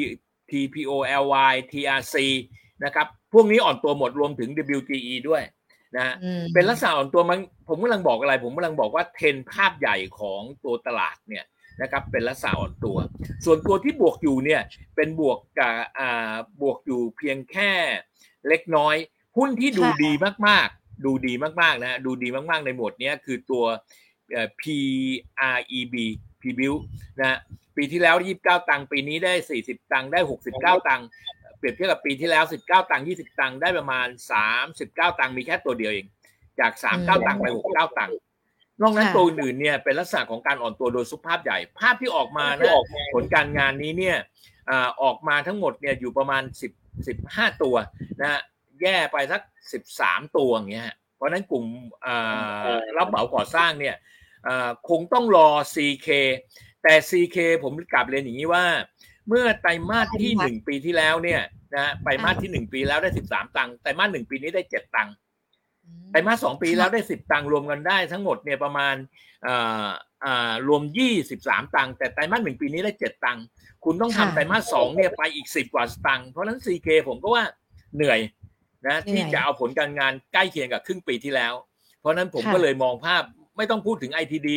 TPOLY TRC นะครับพวกนี้อ่อนตัวหมดรวมถึง WGE ด้วยนะเป็นลักษณะอ่อนตัวผมกำลังบอกอะไรผมกำลังบอกว่าเทรนด์ภาพใหญ่ของตัวตลาดเนี่ยนะครับเป็นลักษณะอ่อนตัวส่วนตัวที่บวกอยู่เนี่ยเป็นบวกกับบวกอยู่เพียงแค่เล็กน้อยหุ้นที่ดูดีมากๆนะดูดีมากๆในหมวดนี้คือตัวPREB P-Build นะปีที่แล้ว29ตังค์ปีนี้ได้40ตังค์ได้69ตังค์เปรียบเทียบกับปีที่แล้ว19ตังค์20ตังค์ได้ประมาณ39ตังค์มีแค่ตัวเดียวเองจาก39ตังค์ไป69ตังค์นอกนั้นตัวอื่นเนี่ยเป็นลักษณะของการอ่อนตัวโดยสุขภาพใหญ่ภาพที่ออกมานะผลการงานนี้เนี่ยออกมาทั้งหมดเนี่ยอยู่ประมาณ15ตัวนะแย่ไปสัก13ตัวอย่างเงี้ยเพราะนั้นกลุ่มรับเหมาก่อสร้างเนี่ยคงต้องรอ CK แต่ CK ผมกลับเรียนอย่างนี้ว่าเมื่อไตรมาสที่1ปีที่แล้วเนี่ยนะไตรมาสที่1ปีแล้วได้13ตังค์ไตรมาส1ปีนี้ได้7ตังค์ไตรมาส2ปีแล้วได้10ตังค์รวมกันได้ทั้งหมดเนี่ยประมาณรวม23ตังค์แต่ไตรมาส1ปีนี้ได้7ตังค์คุณต้องทำไตรมาส2เนี่ยไปอีก10กว่าตังค์เพราะนั้น CK ผมก็ว่าเหนื่อยนะที่จะเอาผลการงานใกล้เคียงกับครึ่งปีที่แล้วเพราะนั้นผมก็เลยมองภาพไม่ต้องพูดถึง ITD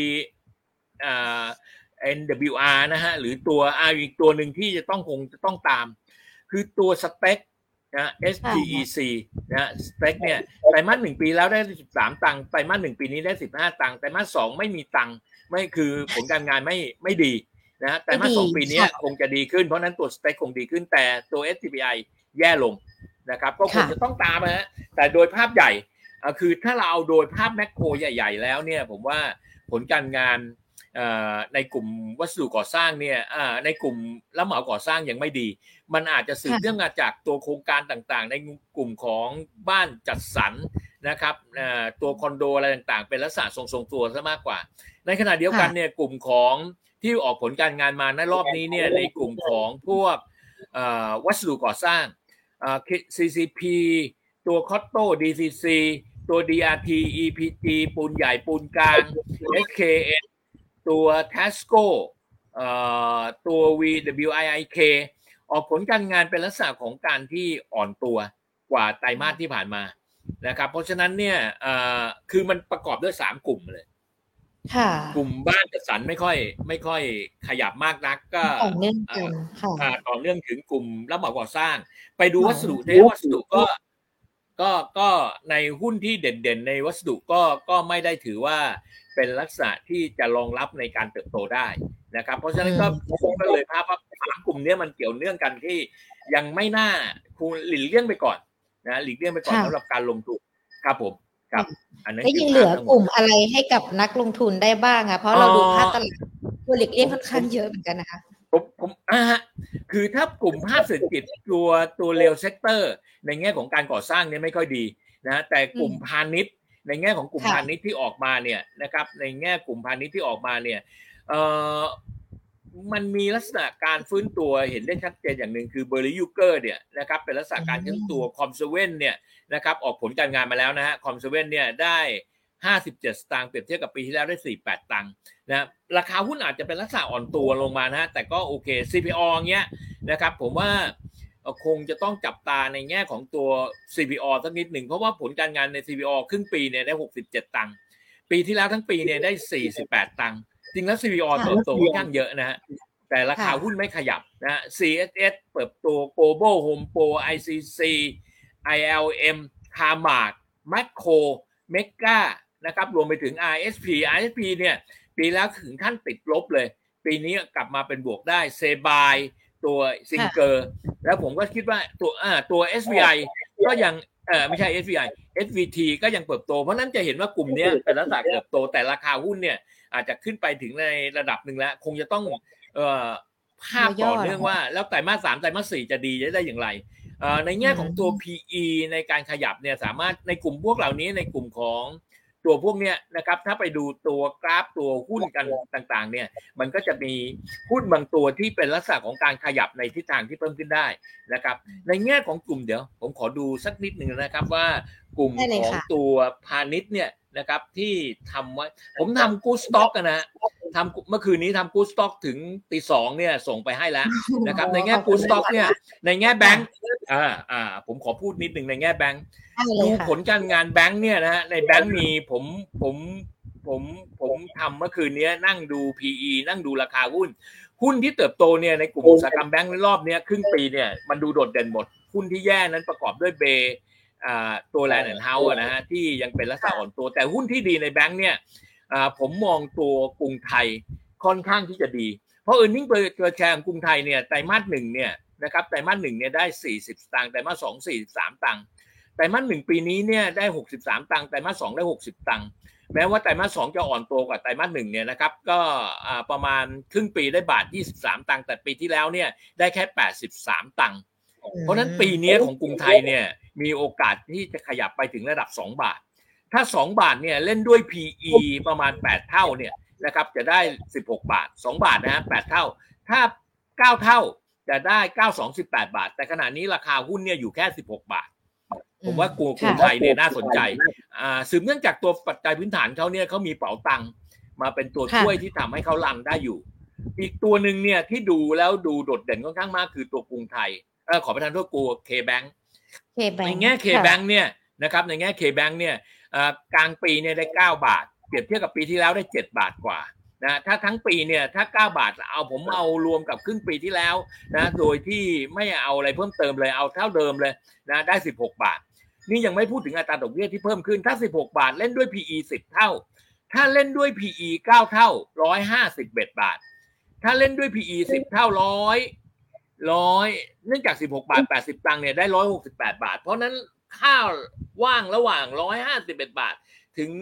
NWR นะฮะหรือตัวอีกตัวหนึ่งที่จะต้องคงจะต้องตามคือตัวสเต็กนะ SPEC นะสเต็กเนี่ยไตรมาส1ปีแล้วได้13ตังค์ไตรมาส1ปีนี้ได้15ตังค์ไตรมาส2ไม่มีตังค์ไม่คือผลการงานไม่ดีนะไตรมาส2ปีนี้คงจะดีขึ้นเพราะนั้นตัวสเต็กคงดีขึ้นแต่ตัว SCPI แย่ลงนะครับก็คงจะต้องตามนะฮะแต่โดยภาพใหญ่คือถ้าเราเอาโดยภาพแมคโครใหญ่ๆแล้วเนี่ยผมว่าผลการงานในกลุ่มวัสดุก่อสร้างเนี่ยในกลุ่มรับเหมาก่อสร้างยังไม่ดีมันอาจจะสืบเนื่องมาจากตัวโครงการต่างๆในกลุ่มของบ้านจัดสรรนะครับตัวคอนโดอะไรต่างๆเป็นลักษณะทรงๆตัวซะมากกว่าในขณะเดียวกันเนี่ยกลุ่มของที่ออกผลการงานมาในรอบนี้เนี่ยในกลุ่มของพวกวัสดุก่อสร้างCCP ตัวคอตโต้ DCC ตัว DRT EPG ปูนใหญ่ปูนกลาง SKN ตัว Tasco ตัว VWIIK ออกผลการงานเป็นลักษณะของการที่อ่อนตัวกว่าไตรมาสที่ผ่านมานะครับเพราะฉะนั้นเนี่ยคือมันประกอบด้วย3กลุ่มเลยกลุ่มบ้านจัดสรรไม่ค่อยขยับมากนักก็ต่อเนื่องถึงกลุ่มรับเหมาก่อสร้างไปดูวัสดุในวัสดุก็ในหุ้นที่เด่นๆในวัสดุก็ไม่ได้ถือว่าเป็นลักษณะที่จะรองรับในการเติบโตได้นะครับเพราะฉะนั้นก็ผมก็เลยภาพว่า3กลุ่มนี้มันเกี่ยวเนื่องกันที่ยังไม่น่าคุณหลีกเลี่ยงไปก่อนนะหลีกเลี่ยงไปก่อนสำหรับการลงทุนครับผมครับอันนั้นยังเหลือกลุ่มอะไรให้กับนักลงทุนได้บ้างอ่ะเพราะเราดูภาพตลาดตัวหลีกเลี่ยงค่อนข้างเยอะเหมือนกันนะคะผมคือถ้ากลุ่มภาพเศรษฐกิจตัวเรลเซกเตอร์ในแง่ของการก่อสร้างเนี่ยไม่ค่อยดีนะแต่กลุ่มพาณิชย์ในแง่ของกลุ่มพาณิชย์ที่ออกมาเนี่ยนะครับในแง่กลุ่มพาณิชย์ที่ออกมาเนี่ยมันมีลักษณะการฟื้นตัวเห็นได้ชัดเจนอย่างหนึ่งคือเบอร์รี่ยูเกอร์เนี่ยนะครับเป็นลักษณะการฟื้นตัวคอมเซเว่นเนี่ยนะครับออกผลการงานมาแล้วนะฮะคอมเซเว่นเนี่ยได้57สตางค์เปรียบเทียบกับปีที่แล้วได้48ตังค์นะราคาหุ้นอาจจะเป็นลักษณะอ่อนตัวลงมานะแต่ก็โอเค CPO เงี้ยนะครับผมว่าคงจะต้องจับตาในแง่ของตัว CPO สักนิดหนึ่งเพราะว่าผลการงานใน CPO ครึ่งปีเนี่ยได้67ตังค์ปีที่แล้วทั้งปีเนี่ยได้48ตังค์จริงแล้ว CPO เติบโตค่อนข้างเยอะนะฮะแต่ราคาหุ้นไม่ขยับนะ CSS เติบโต Global Home Pro ICC ILM Kmart Macro Mega นะครับรวมไปถึง RSP เนี่ยปีแล้วถึงขั้นติดลบเลยปีนี้กลับมาเป็นบวกได้เซบายตัวซิงเกอร์แล้วผมก็คิดว่าตัว SVI ก็ยังไม่ใช่ SVI SVT ก็ยังเติบโตเพราะนั้นจะเห็นว่ากลุ่มนี้เป็นลักษณะเติบโตแต่ราคาหุ้นเนี่ยอาจจะขึ้นไปถึงในระดับหนึ่งแล้วคงจะต้องภาพต่อเนื่องว่าแล้วไตรมาส3ไตรมาส4จะดีได้อย่างไรในแง่ของตัว PE ในการขยับเนี่ยสามารถในกลุ่มพวกเหล่านี้ในกลุ่มของตัวพวกเนี้ยนะครับถ้าไปดูตัวกราฟตัวหุ้นกันต่างๆเนี่ยมันก็จะมีหุ้นบางตัวที่เป็นลักษณะของการขยับในทิศทางที่เพิ่มขึ้นได้นะครับในแง่ของกลุ่มเดี๋ยวผมขอดูสักนิดนึงนะครับว่ากลุ่มของตัวพาณิชย์เนี่ยนะครับที่ทำไว้ผมทำกู๊ดสต็อกนะทำเมื่อคืนนี้ทำกู๊ดสต็อกถึงตีสองเนี่ยส่งไปให้แล้วนะครับในแง่กู๊ดสต็อกเนี่ยในแง่แบงค์ผมขอพูดนิดนึงในแง่แบงค์ดูผลการงานแบงค์เนี่ยนะฮะในแบงค์มีผมทำเมื่อคืนนี้นั่งดู PE นั่งดูราคาหุ้นที่เติบโตเนี่ยในกลุ่มอุตสาหกรรมแบงค์ในรอบนี้ครึ่งปีเนี่ยมันดูโดดเด่นหมดหุ้นที่แย่นั้นประกอบด้วยเบตัวแลนด์แอนด์เฮาส์นะฮะที่ยังเป็นลักษณะอ่อนตัวแต่หุ้นที่ดีในแบงค์เนี่ยผมมองตัวกรุงไทยค่อนข้างที่จะดีเพราะ earning per share ของกรุงไทยเนี่ยไตรมาส1เนี่ยนะครับไตรมาส1เนี่ยได้40สตางค์ไตรมาส2 43ตังค์ไตรมาส1ปีนี้เนี่ยได้63ตังค์ไตรมาส2ได้60ตังค์แม้ว่าไตรมาส2จะอ่อนตัวกว่าไตรมาส1เนี่ยนะครับก็ประมาณครึ่งปีได้บาท23ตังค์แต่ปีที่แล้วเนี่ยได้แค่83ตังค์เพราะนั้นปีนี้ของกรุงไทยเนี่ยมีโอกาสที่จะขยับไปถึงระดับ2บาทถ้า2บาทเนี่ยเล่นด้วย PE ประมาณ8เท่าเนี่ยนะครับจะได้16บาท2บาทนะฮะ8เท่าถ้า9เท่าจะได้9218บาทแต่ขณะนี้ราคาหุ้นเนี่ยอยู่แค่16บาทผมว่ากรุงไทยเนี่ยน่าสนใจสืบเนื่องจากตัวปัจจัยพื้นฐานเขาเนี่ยเขามีเป๋าตังค์มาเป็นตัวช่วยที่ทำให้เขารันได้อยู่อีกตัวหนึ่งเนี่ยที่ดูแล้วดูโดดเด่นค่อนข้างมากคือตัวกรุงไทยขอประทานโทษกู K-Bank ในแง่ K-Bank เนี่ยนะครับในแง่ K-Bank เนี่ยกลางปีเนี่ยได้9บาทเปรียบเทียบกับปีที่แล้วได้7บาทกว่านะถ้าทั้งปีเนี่ยถ้า9บาทผมเอารวมกับครึ่งปีที่แล้วนะโดยที่ไม่เอาอะไรเพิ่มเติมเลยเอาเท่าเดิมเลยนะได้16บาทนี่ยังไม่พูดถึงอัตราดอกเบี้ยที่เพิ่มขึ้นถ้า16บาทเล่นด้วย PE 10เท่าถ้าเล่นด้วย PE 9เท่า151บาทถ้าเล่นด้วย PE 10เท่า100เนื่องจาก16บาท80ตังค์เนี่ยได้168บาทเพราะนั้นค่าว่างระหว่าง151บาทถึง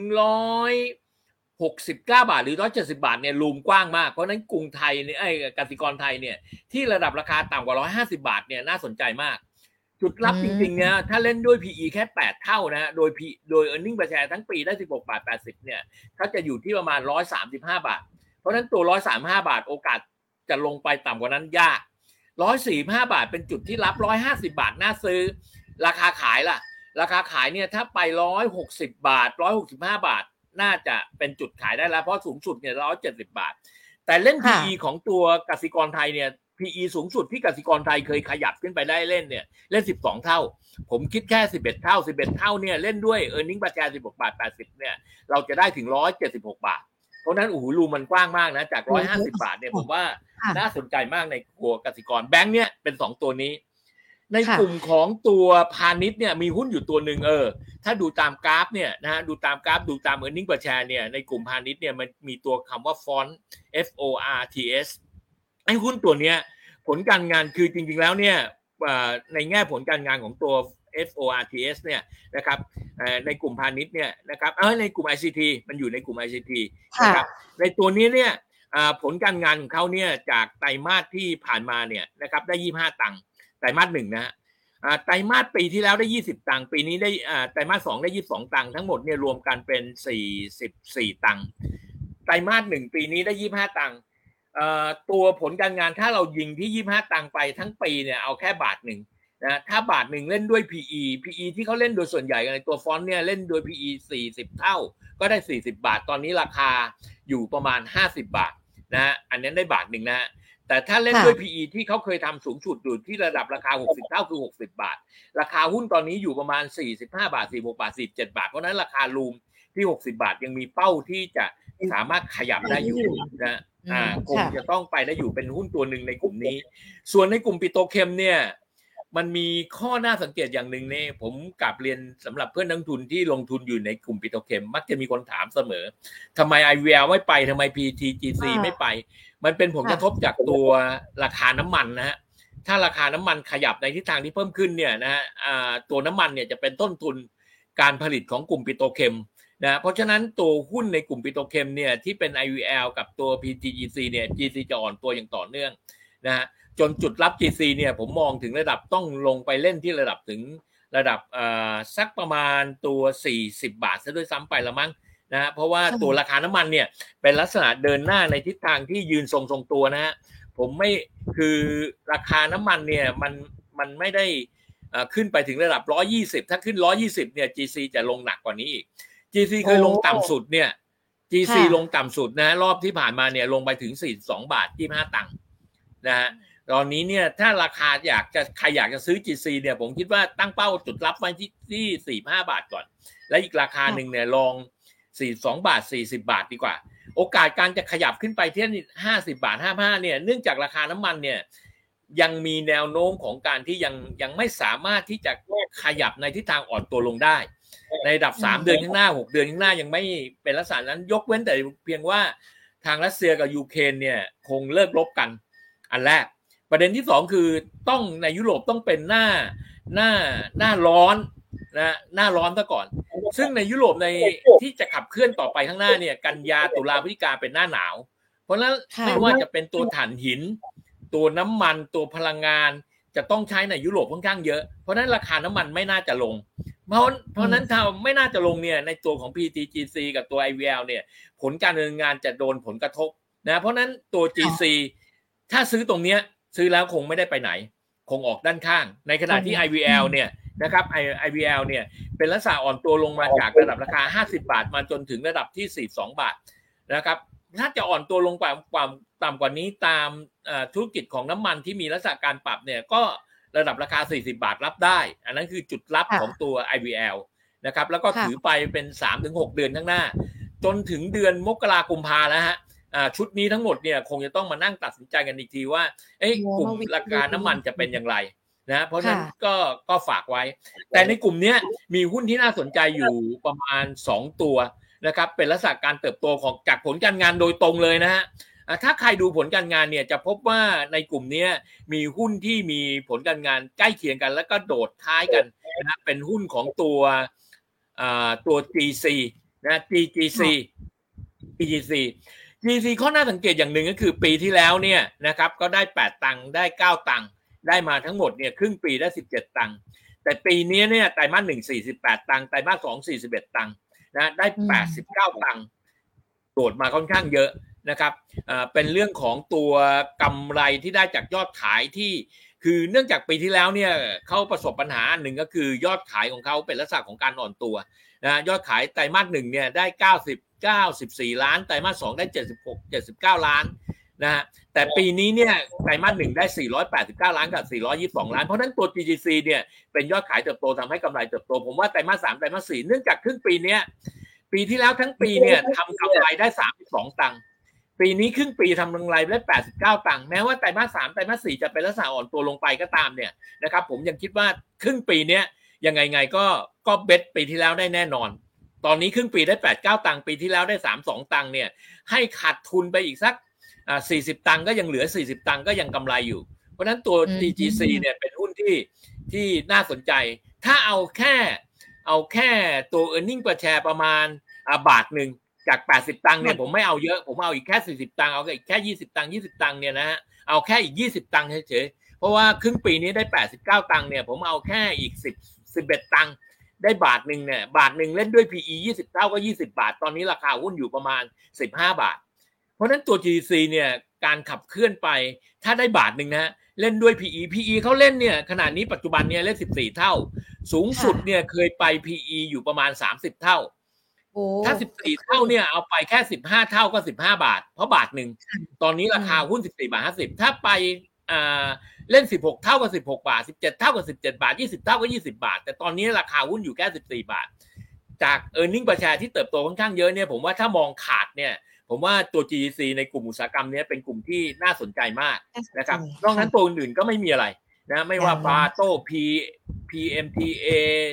169บาทหรือ170บาทเนี่ยรูมกว้างมากเพราะนั้นกรุงไทยเนี่ยกสิกรไทยเนี่ยที่ระดับราคาต่ำกว่า150บาทเนี่ยน่าสนใจมากจุดรับจริงๆเนี่ยถ้าเล่นด้วย PE แค่8เท่านะโดย earning per share ทั้งปีได้16บาท80เนี่ยเขาจะอยู่ที่ประมาณ135บาทเพราะนั้นตัว135บาทโอกาสจะลงไปต่ำกว่านั้นยาก145บาทเป็นจุดที่รับ150บาทน่าซื้อราคาขายล่ะราคาขายเนี่ยถ้าไป160บาท165บาทน่าจะเป็นจุดขายได้แล้วเพราะสูงสุดเนี่ย170บาทแต่เล่น PE ของตัวกสิกรไทยเนี่ย PE สูงสุดที่กสิกรไทยเคยขยับขึ้นไปได้เล่นเนี่ยเล่น12เท่าผมคิดแค่11เท่า11เท่าเนี่ยเล่นด้วย earning per share 16บาท80เนี่ยเราจะได้ถึง176บาทเพราะนั้นรูมันกว้างมากนะจาก150บาทเนี่ยผมว่าน่าสนใจมากในตัวกสิกรแบงค์เนี่ยเป็น2ตัวนี้ในกลุ่มของตัวพาณิชย์เนี่ยมีหุ้นอยู่ตัวหนึ่งถ้าดูตามกราฟเนี่ยนะฮะดูตามกราฟดูตาม earning per share เนี่ยในกลุ่มพาณิชย์เนี่ยมันมีตัวคำว่า FORTS ไอ้หุ้นตัวเนี้ยผลการงานคือจริงๆแล้วเนี่ยในแง่ผลการงานของตัว FORTS เนี่ยนะครับในกลุ่มพาณิชย์เนี่ยนะครับในกลุ่ม ICT มันอยู่ในกลุ่ม ICT นะครับในตัวนี้เนี่ยผลการงานของเขาเนี่ยจากไตรมาสที่ผ่านมาเนี่ยนะครับได้25ตังค์ไตรมาส1นะฮะไตรมาสปีที่แล้วได้20ตังค์ปีนี้ได้ไตรมาส2ได้22ตังค์ทั้งหมดเนี่ยรวมกันเป็น44ตังค์ไตรมาส1ปีนี้ได้25ตังค์ตัวผลการงานถ้าเรายิงที่25ตังค์ไปทั้งปีเนี่ยเอาแค่บาทหนึ่งนะถ้าบาทหนึ่งเล่นด้วย PE ที่เขาเล่นโดยส่วนใหญ่ในตัวฟอนต์เนี่ยเล่นโดย PE 40เท่าก็ได้40บาทตอนนี้ราคาอยู่ประมาณ50บาทนะฮะอันนี้ได้บาทหนึ่งนะฮะแต่ถ้าเล่นด้วย PE ที่เขาเคยทำสูงสุดอยู่ที่ระดับราคา60เท่าคือ60บาทราคาหุ้นตอนนี้อยู่ประมาณ45บาท46บาท47บาทเพราะนั้นราคารูมที่60บาทยังมีเป้าที่จะสามารถขยับได้อยู่นะคงจะต้องไปได้อยู่เป็นหุ้นตัวหนึ่งในกลุ่มนี้ส่วนในกลุ่มปิโตรเคมเนี่ยมันมีข้อน่าสังเกตอย่างหนึ่งเนี่ยผมกลับเรียนสำหรับเพื่อนนักลงทุนที่ลงทุนอยู่ในกลุ่มปิโตรเคมมักจะมีคนถามเสมอทำไม IVL ไม่ไปทำไม PTTGC ไม่ไปมันเป็นผลกระทบจากตัวราคาน้ำมันนะฮะถ้าราคาน้ำมันขยับในทิศทางที่เพิ่มขึ้นเนี่ยนะฮะตัวน้ำมันเนี่ยจะเป็นต้นทุนการผลิตของกลุ่มปิโตรเคมนะเพราะฉะนั้นตัวหุ้นในกลุ่มปิโตรเคมเนี่ยที่เป็น IVL กับตัว PTGC เนี่ย GC จะอ่อนตัวอย่างต่อเนื่องนะฮะจนจุดรับ GC เนี่ยผมมองถึงระดับต้องลงไปเล่นที่ระดับถึงระดับสักประมาณตัว40บาทซะด้วยซ้ำไปละมั้งนะเพราะว่าตัวราคาน้ำมันเนี่ยเป็นลักษณะเดินหน้าในทิศทางที่ยืนทรงตัวนะฮะผมไม่คือราคาน้ำมันเนี่ยมันไม่ได้ขึ้นไปถึงระดับ120ถ้าขึ้น120เนี่ย GC จะลงหนักกว่านี้อีกGC เคยลงต่ำสุดเนี่ย GC ลงต่ำสุดนะรอบที่ผ่านมาเนี่ยลงไปถึง42บาท25ตังค์นะฮะตอนนี้เนี่ยถ้าราคาใครอยากจะซื้อ GC เนี่ยผมคิดว่าตั้งเป้าจุดรับไว้ที่45บาทก่อนและอีกราคาหนึ่งเนี่ยลอง42บาท40บาทดีกว่าโอกาสการจะขยับขึ้นไปที่50บาท55เนี่ยเนื่องจากราคาน้ำมันเนี่ยยังมีแนวโน้มของการที่ยังไม่สามารถที่จะขยับในทิศทางอ่อนตัวลงได้ในระดับ3เดือนข้างหน้า6เดือนข้างหน้ายังไม่เป็นลักษณะนั้นยกเว้นแต่เพียงว่าทางรัสเซียกับยูเครนเนี่ยคงเลิกรบกันอันแรกประเด็นที่สองคือต้องในยุโรปต้องเป็นหน้าร้อนนะหน้าร้อนซะก่อนซึ่งในยุโรปในที่จะขับเคลื่อนต่อไปข้างหน้าเนี่ยกันยาตุลาพฤศจิกาเป็นหน้าหนาวเพราะฉะนั้นไม่ว่าจะเป็นตัวถ่านหินตัวน้ำมันตัวพลังงานจะต้องใช้ในยุโรปค่อนข้างเยอะเพราะฉะนั้นราคาน้ำมันไม่น่าจะลงเพราะนั้นถ้าไม่น่าจะลงเนี่ยในตัวของ PTTGC กับตัว IVL เนี่ยผลการดำเนินงานจะโดนผลกระทบนะเพราะนั้นตัว GC ถ้าซื้อตรงเนี้ยซื้อแล้วคงไม่ได้ไปไหนคงออกด้านข้างในขณะที่ IVL เนี่ยนะครับ IVL เนี่ยเป็นลักษณะอ่อนตัวลงมาจากระดับราคา50 บาทมาจนถึงระดับที่42 บาทนะครับถ้าจะอ่อนตัวลงกว่าต่ำกว่านี้ตามธุรกิจของน้ำมันที่มีลักษณะการปรับเนี่ยก็ระดับราคา40 บาทรับได้อันนั้นคือจุดรับของตัว IVL นะครับแล้วก็ถือไปเป็น 3-6 เดือนข้างหน้าจนถึงเดือนมกราคมกุมภาแล้วฮะชุดนี้ทั้งหมดเนี่ยคงจะต้องมานั่งตัดสินใจกันอีกทีว่ากลุ่มราคาน้ำมันจะเป็นอย่างไรนะเพราะฉะนั้นก็ฝากไว้แต่ในกลุ่มนี้มีหุ้นที่น่าสนใจอยู่ประมาณ2ตัวนะครับเป็นลักษณะการเติบโตของจากผลการงานโดยตรงเลยนะฮะถ้าใครดูผลการงานเนี่ยจะพบว่าในกลุ่มนี้มีหุ้นที่มีผลการงานใกล้เคียงกันแล้วก็โดดท้ายกันนะเป็นหุ้นของตัว GC นะ GC ข้อน่าสังเกตอย่างหนึ่งก็คือปีที่แล้วเนี่ยนะครับก็ได้8ตังค์ได้9ตังค์ได้มาทั้งหมดเนี่ยครึ่งปีได้17ตังค์แต่ปีนี้เนี่ยไตรมาส1 48ตังค์ไตรมาส2 41ตังค์นะได้89ตังค์โดดมาค่อนข้างเยอะนะครับเป็นเรื่องของตัวกำไรที่ได้จากยอดขายที่คือเนื่องจากปีที่แล้วเนี่ยเขาประสบปัญหาหนึ่งก็คือยอดขายของเขาเป็นลักษณะของการอ่อนตัวนะยอดขายไตรมาส1เนี่ยได้94 ล้านไตรมาส2ได้79 ล้านนะฮะแต่ปีนี้เนี่ยไตรมาส1ได้489 ล้านกับ422 ล้านเพราะนั้นตัว GGC เนี่ยเป็นยอดขายเติบโตทำให้กำไรเติบโตผมว่าไตรมาส3ไตรมาส4เนื่องจากครึ่งปีนี้ปีที่แล้วทั้งปีเนี่ยทำกำไรได้32ตังค์ปีนี้ครึ่งปีทำกำไรได้89ตังค์แม้ว่าไตรมาส3ไตรมาส4จะเป็นลักษณะอ่อนตัวลงไปก็ตามเนี่ยนะครับผมยังคิดว่าครึ่งปีนี้ยังไงก็เบ็ดปีที่แล้วได้แน่นอนตอนนี้ครึ่งปีได้89ตังค์ปีที่แล้วได้32ตังค์เนี่ยให้ขาดทุนไปอีกสัก40ตังค์ก็ยังเหลือ40ตังค์ก็ยังกำไรอยู่เพราะฉะนั้นตัว TGC เนี่ยเป็นหุ้นที่น่าสนใจถ้าเอาแค่ตัว earning per share ประมาณบาทนึงจาก80ตังค์เนี่ยผมไม่เอาเยอะผมเอาอีกแค่40ตังค์เอาอีกแค่20ตังค์20ตังค์เนี่ยนะฮะเอาแค่อีก20ตังค์เฉยๆเพราะว่าครึ่งปีนี้ได้89ตังค์เนี่ยผมเอาแค่อีก11ตังค์ได้บาทนึงเนี่ยบาทนึงเล่นด้วย PE 20เท่าก็20บาทตอนนี้ราคาหุ้นอยู่ประมาณ15บาทเพราะฉะนั้นตัว GC เนี่ยการขับเคลื่อนไปถ้าได้บาทนึงนะฮะเล่นด้วย PE เขาเล่นเนี่ยขนาดนี้ปัจจุบันเนี่ยเล่น14เท่าสูงสุดเนี่ยเคยไป PE อยู่ประมาณ30เท่าถ้า14เท่าเนี่ยเอาไปแค่15เท่าก็15บาทเพราะบาทนึงตอนนี้ราคาหุ้น14.50ถ้าไปเล่น16เท่ากับ16บาท17เท่ากับ17บาท20เท่าก็20บาทแต่ตอนนี้ราคาหุ้นอยู่แค่14บาทจาก earning per share ที่เติบโตค่อนข้างเยอะเนี่ยผมว่าถ้ามองขาดเนี่ยผมว่าตัว GEC ในกลุ่มอุตสาหกรรมนี้เป็นกลุ่มที่น่าสนใจมากนะครับนอกนั้นตัวอื่นก็ไม่มีอะไรนะไม่ว่าปาโต้ PMTA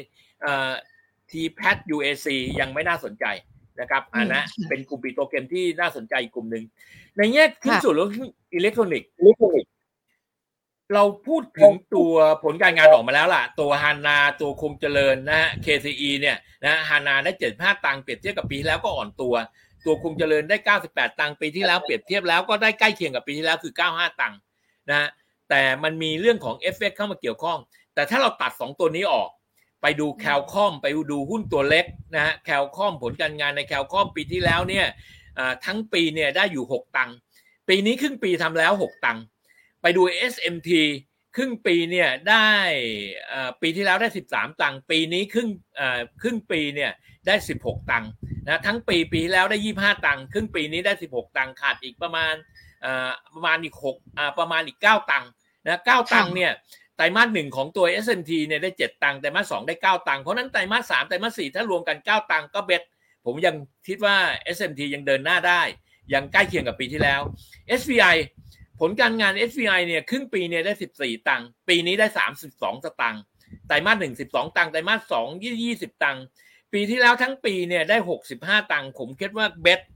TPAT UAC ยังไม่น่าสนใจนะครับอันนั้นเป็นกลุ่มปิโตรเคมที่น่าสนใจกลุ่มหนึ่งในแง่ขึ้นสู่เรื่องอิเล็กทรอนิกส์เราพูดถึงตัวผลการงานออกมาแล้วล่ะตัวฮานาตัวคงเจริญนะฮะ KCE เนี่ยนะฮานาได้75ตังค์เปรียบเทียบกับปีที่แล้วก็อ่อนตัวคงเจริญได้98ตังค์ปีที่แล้วเปรียบเทียบแล้วก็ได้ใกล้เคียงกับปีที่แล้วคือ95ตังค์นะแต่มันมีเรื่องของเอฟเฟกต์เข้ามาเกี่ยวข้องแต่ถ้าเราตัด2ตัวนี้ออกไปดูแคลคอมไปดูหุ้นตัวเล็กนะฮะแคลคอมผลการงานในแคลคอมปีที่แล้วเนี่ยทั้งปีเนี่ยได้อยู่6ตังค์ปีนี้ครึ่งปีทำแล้ว6ตังค์ไปดู SMT ครึ่งปีเนี่ยได้ปีที่แล้วได้13ตังค์ปีนี้ครึ่งปีเนี่ยได้16ตังค์นะทั้งปีที่แล้วได้25ตังค์ครึ่งปีนี้ได้16ตังค์ขาดอีกประมาณอีกประมาณอีก9ตังค์นะ9ตังค์เนี่ยไตรมาส1ของตัว SMT เนี่ยได้7ตังค์ไตรมาส2ได้9ตังค์เพราะนั้นไตรมาส3ไตรมาส4ถ้ารวมกัน9ตังค์ก็เบ็ดผมยังคิดว่า SMT ยังเดินหน้าได้ยังใกล้เคียงกับปีที่แล้ว SVI ผลการงาน SVI เนี่ยครึ่งปีเนี่ยได้14ตังค์ปีนี้ได้32สตางค์ไตรมาส1 12ตังค์ไตรมาส2 20ตังค์ปีที่แล้วทั้งปีเนี่ยได้65ตังค์ผมคิดว่าเบ็ด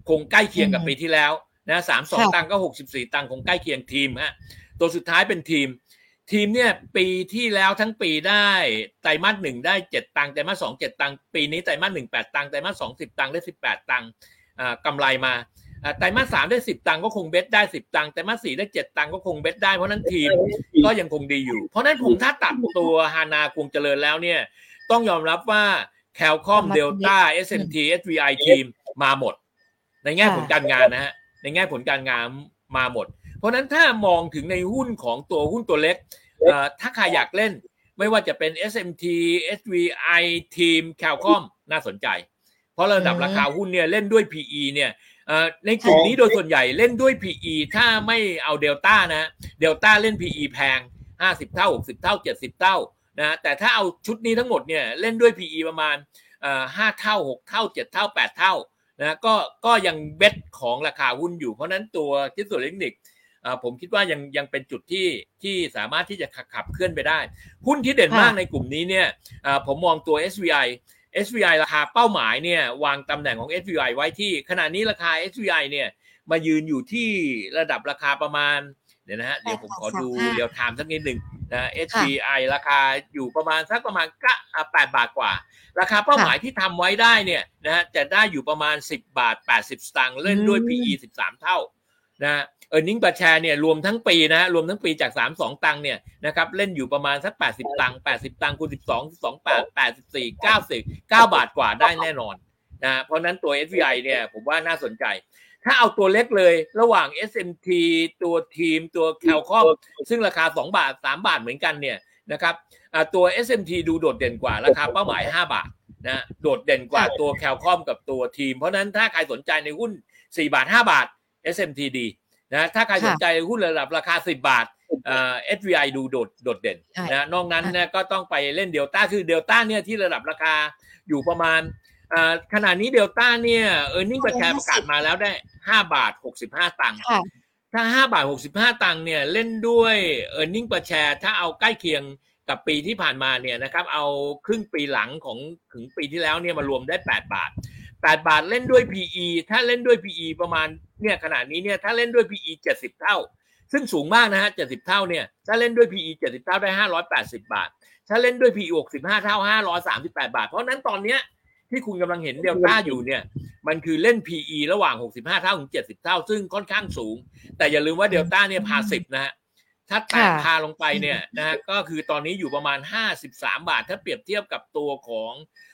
คงใกล้เคียงกับปีที่แล้วนะ32ตังค์ก็64ตังค์คงใกล้เคียงทีมฮะตัวสุดท้ายเป็นทีมเนี่ยปีที่แล้วทั้งปีได้ไตรมาส1ได้7ตังค์ไตรมาส2 7ตังค์ปีนี้ไตรมาส1 8ตังค์ไตรมาส2 10ตังค์ได้18ตังค์กำไรมาไตรมาส3ได้10ตังค์ก็คงเบสได้10ตังค์ไตรมาส4ได้7ตังค์ก็คงเบสได้เพราะนั้นทีมก็ยังคงดีอยู่เพราะนั้นผมถ้าตัดตัวฮานาคงเจริญแล้วเนี่ยต้องยอมรับว่าแคลคอมเดลต้า SMT SVI ทีมมาหมดในแง่ผลการงานนะฮะในแง่ผลการงานมาหมดเพราะนั้นถ้ามองถึงในหุ้นของตัวหุ้นตัวเล็กถ้าใครอยากเล่นไม่ว่าจะเป็น SMT SVI ทีมแคลคอมน่าสนใจเพราะระดับราคาหุ้นเนี่ยเล่นด้วย PE เนี่ยในกลุ่มนี้โดยส่วนใหญ่เล่นด้วย PE ถ้าไม่เอาเดลต้านะเดลต้าเล่น PE แพง50เท่า60เท่า70เท่านะแต่ถ้าเอาชุดนี้ทั้งหมดเนี่ยเล่นด้วย PE ประมาณ5เท่า6เท่า7เท่า8เท่านะก็ยังเบ็ดของราคาหุ้นอยู่เพราะนั้นตัวที่ส่วนเทคนิคผมคิดว่ายังเป็นจุดที่สามารถที่จะขับเคลื่อนไปได้หุ้นที่เด่นมากในกลุ่มนี้เนี่ยผมมองตัว SVI ราคาเป้าหมายเนี่ยวางตำแหน่งของ SVI ไว้ที่ขณะนี้ราคา SVI เนี่ยมายืนอยู่ที่ระดับราคาประมาณเดี๋ยวผมขอดูเรียลไทม์สักนิดหนึ่งนะ SVI ราคาอยู่ประมาณ8 บาทกว่าราคาเป้าหมายที่ทำไว้ได้เนี่ยนะฮะจะได้อยู่ประมาณ10 บาท 80 สตางค์เล่นด้วย PE 13 เท่านะearning per share เนี่ยรวมทั้งปีนะรวมทั้งปีจาก32ตังค์เนี่ยนะครับเล่นอยู่ประมาณสัก80ตังค์80ตังค์คูณ12 28 84 90 9 บาทกว่าได้แน่นอนนะเพราะนั้นตัว SVI เนี่ยผมว่าน่าสนใจถ้าเอาตัวเล็กเลยระหว่าง SMT ตัวทีมตัว Calcom ซึ่งราคา2บาท3บาทเหมือนกันเนี่ยนะครับตัว SMT ดูโดดเด่นกว่าราคาเป้าหมาย5บาทนะโดดเด่นกว่าตัว Calcom กับตัวทีมเพราะนั้นถ้าใครสนใจในหุ้น4บาท5บาท SMT ดีนะถ้าใครสนใจหุ้นระดับราคา10บาทSVI ดูโดดเด่นนะนอกนั้นเนี่ยก็ต้องไปเล่นเดลต้าคือเดลต้าเนี่ยที่ระดับราคาอยู่ประมาณขณะนี้เดลต้าเนี่ย earning per share ประกาศมาแล้วได้5บาท65ตังค์ถ้า5บาท65ตังค์เนี่ยเล่นด้วย earning per share ถ้าเอาใกล้เคียงกับปีที่ผ่านมาเนี่ยนะครับเอาครึ่งปีหลังของถึงปีที่แล้วเนี่ยมารวมได้8บาทเล่นด้วย PE ถ้าเล่นด้วย PE ประมาณเนี่ยขนาดนี้เนี่ยถ้าเล่นด้วย PE 70เท่าซึ่งสูงมากนะฮะ70เท่าเนี่ยถ้าเล่นด้วย PE 70เท่าได้580บาทถ้าเล่นด้วย PE 65เท่า538บาทเพราะนั้นตอนเนี้ยที่คุณกำลังเห็นเดลต้าอยู่เนี่ยมันคือเล่น PE ระหว่าง65เท่าถึง70เท่าซึ่งค่อนข้างสูงแต่อย่าลืมว่าเดลต้าเนี่ยพา10นะฮะถ้าแตกพาลงไปเนี่ยนะฮะก็คือตอนนี้อยู่ประมาณ53บาทถ้าเปรียบเทียบกับตัวของ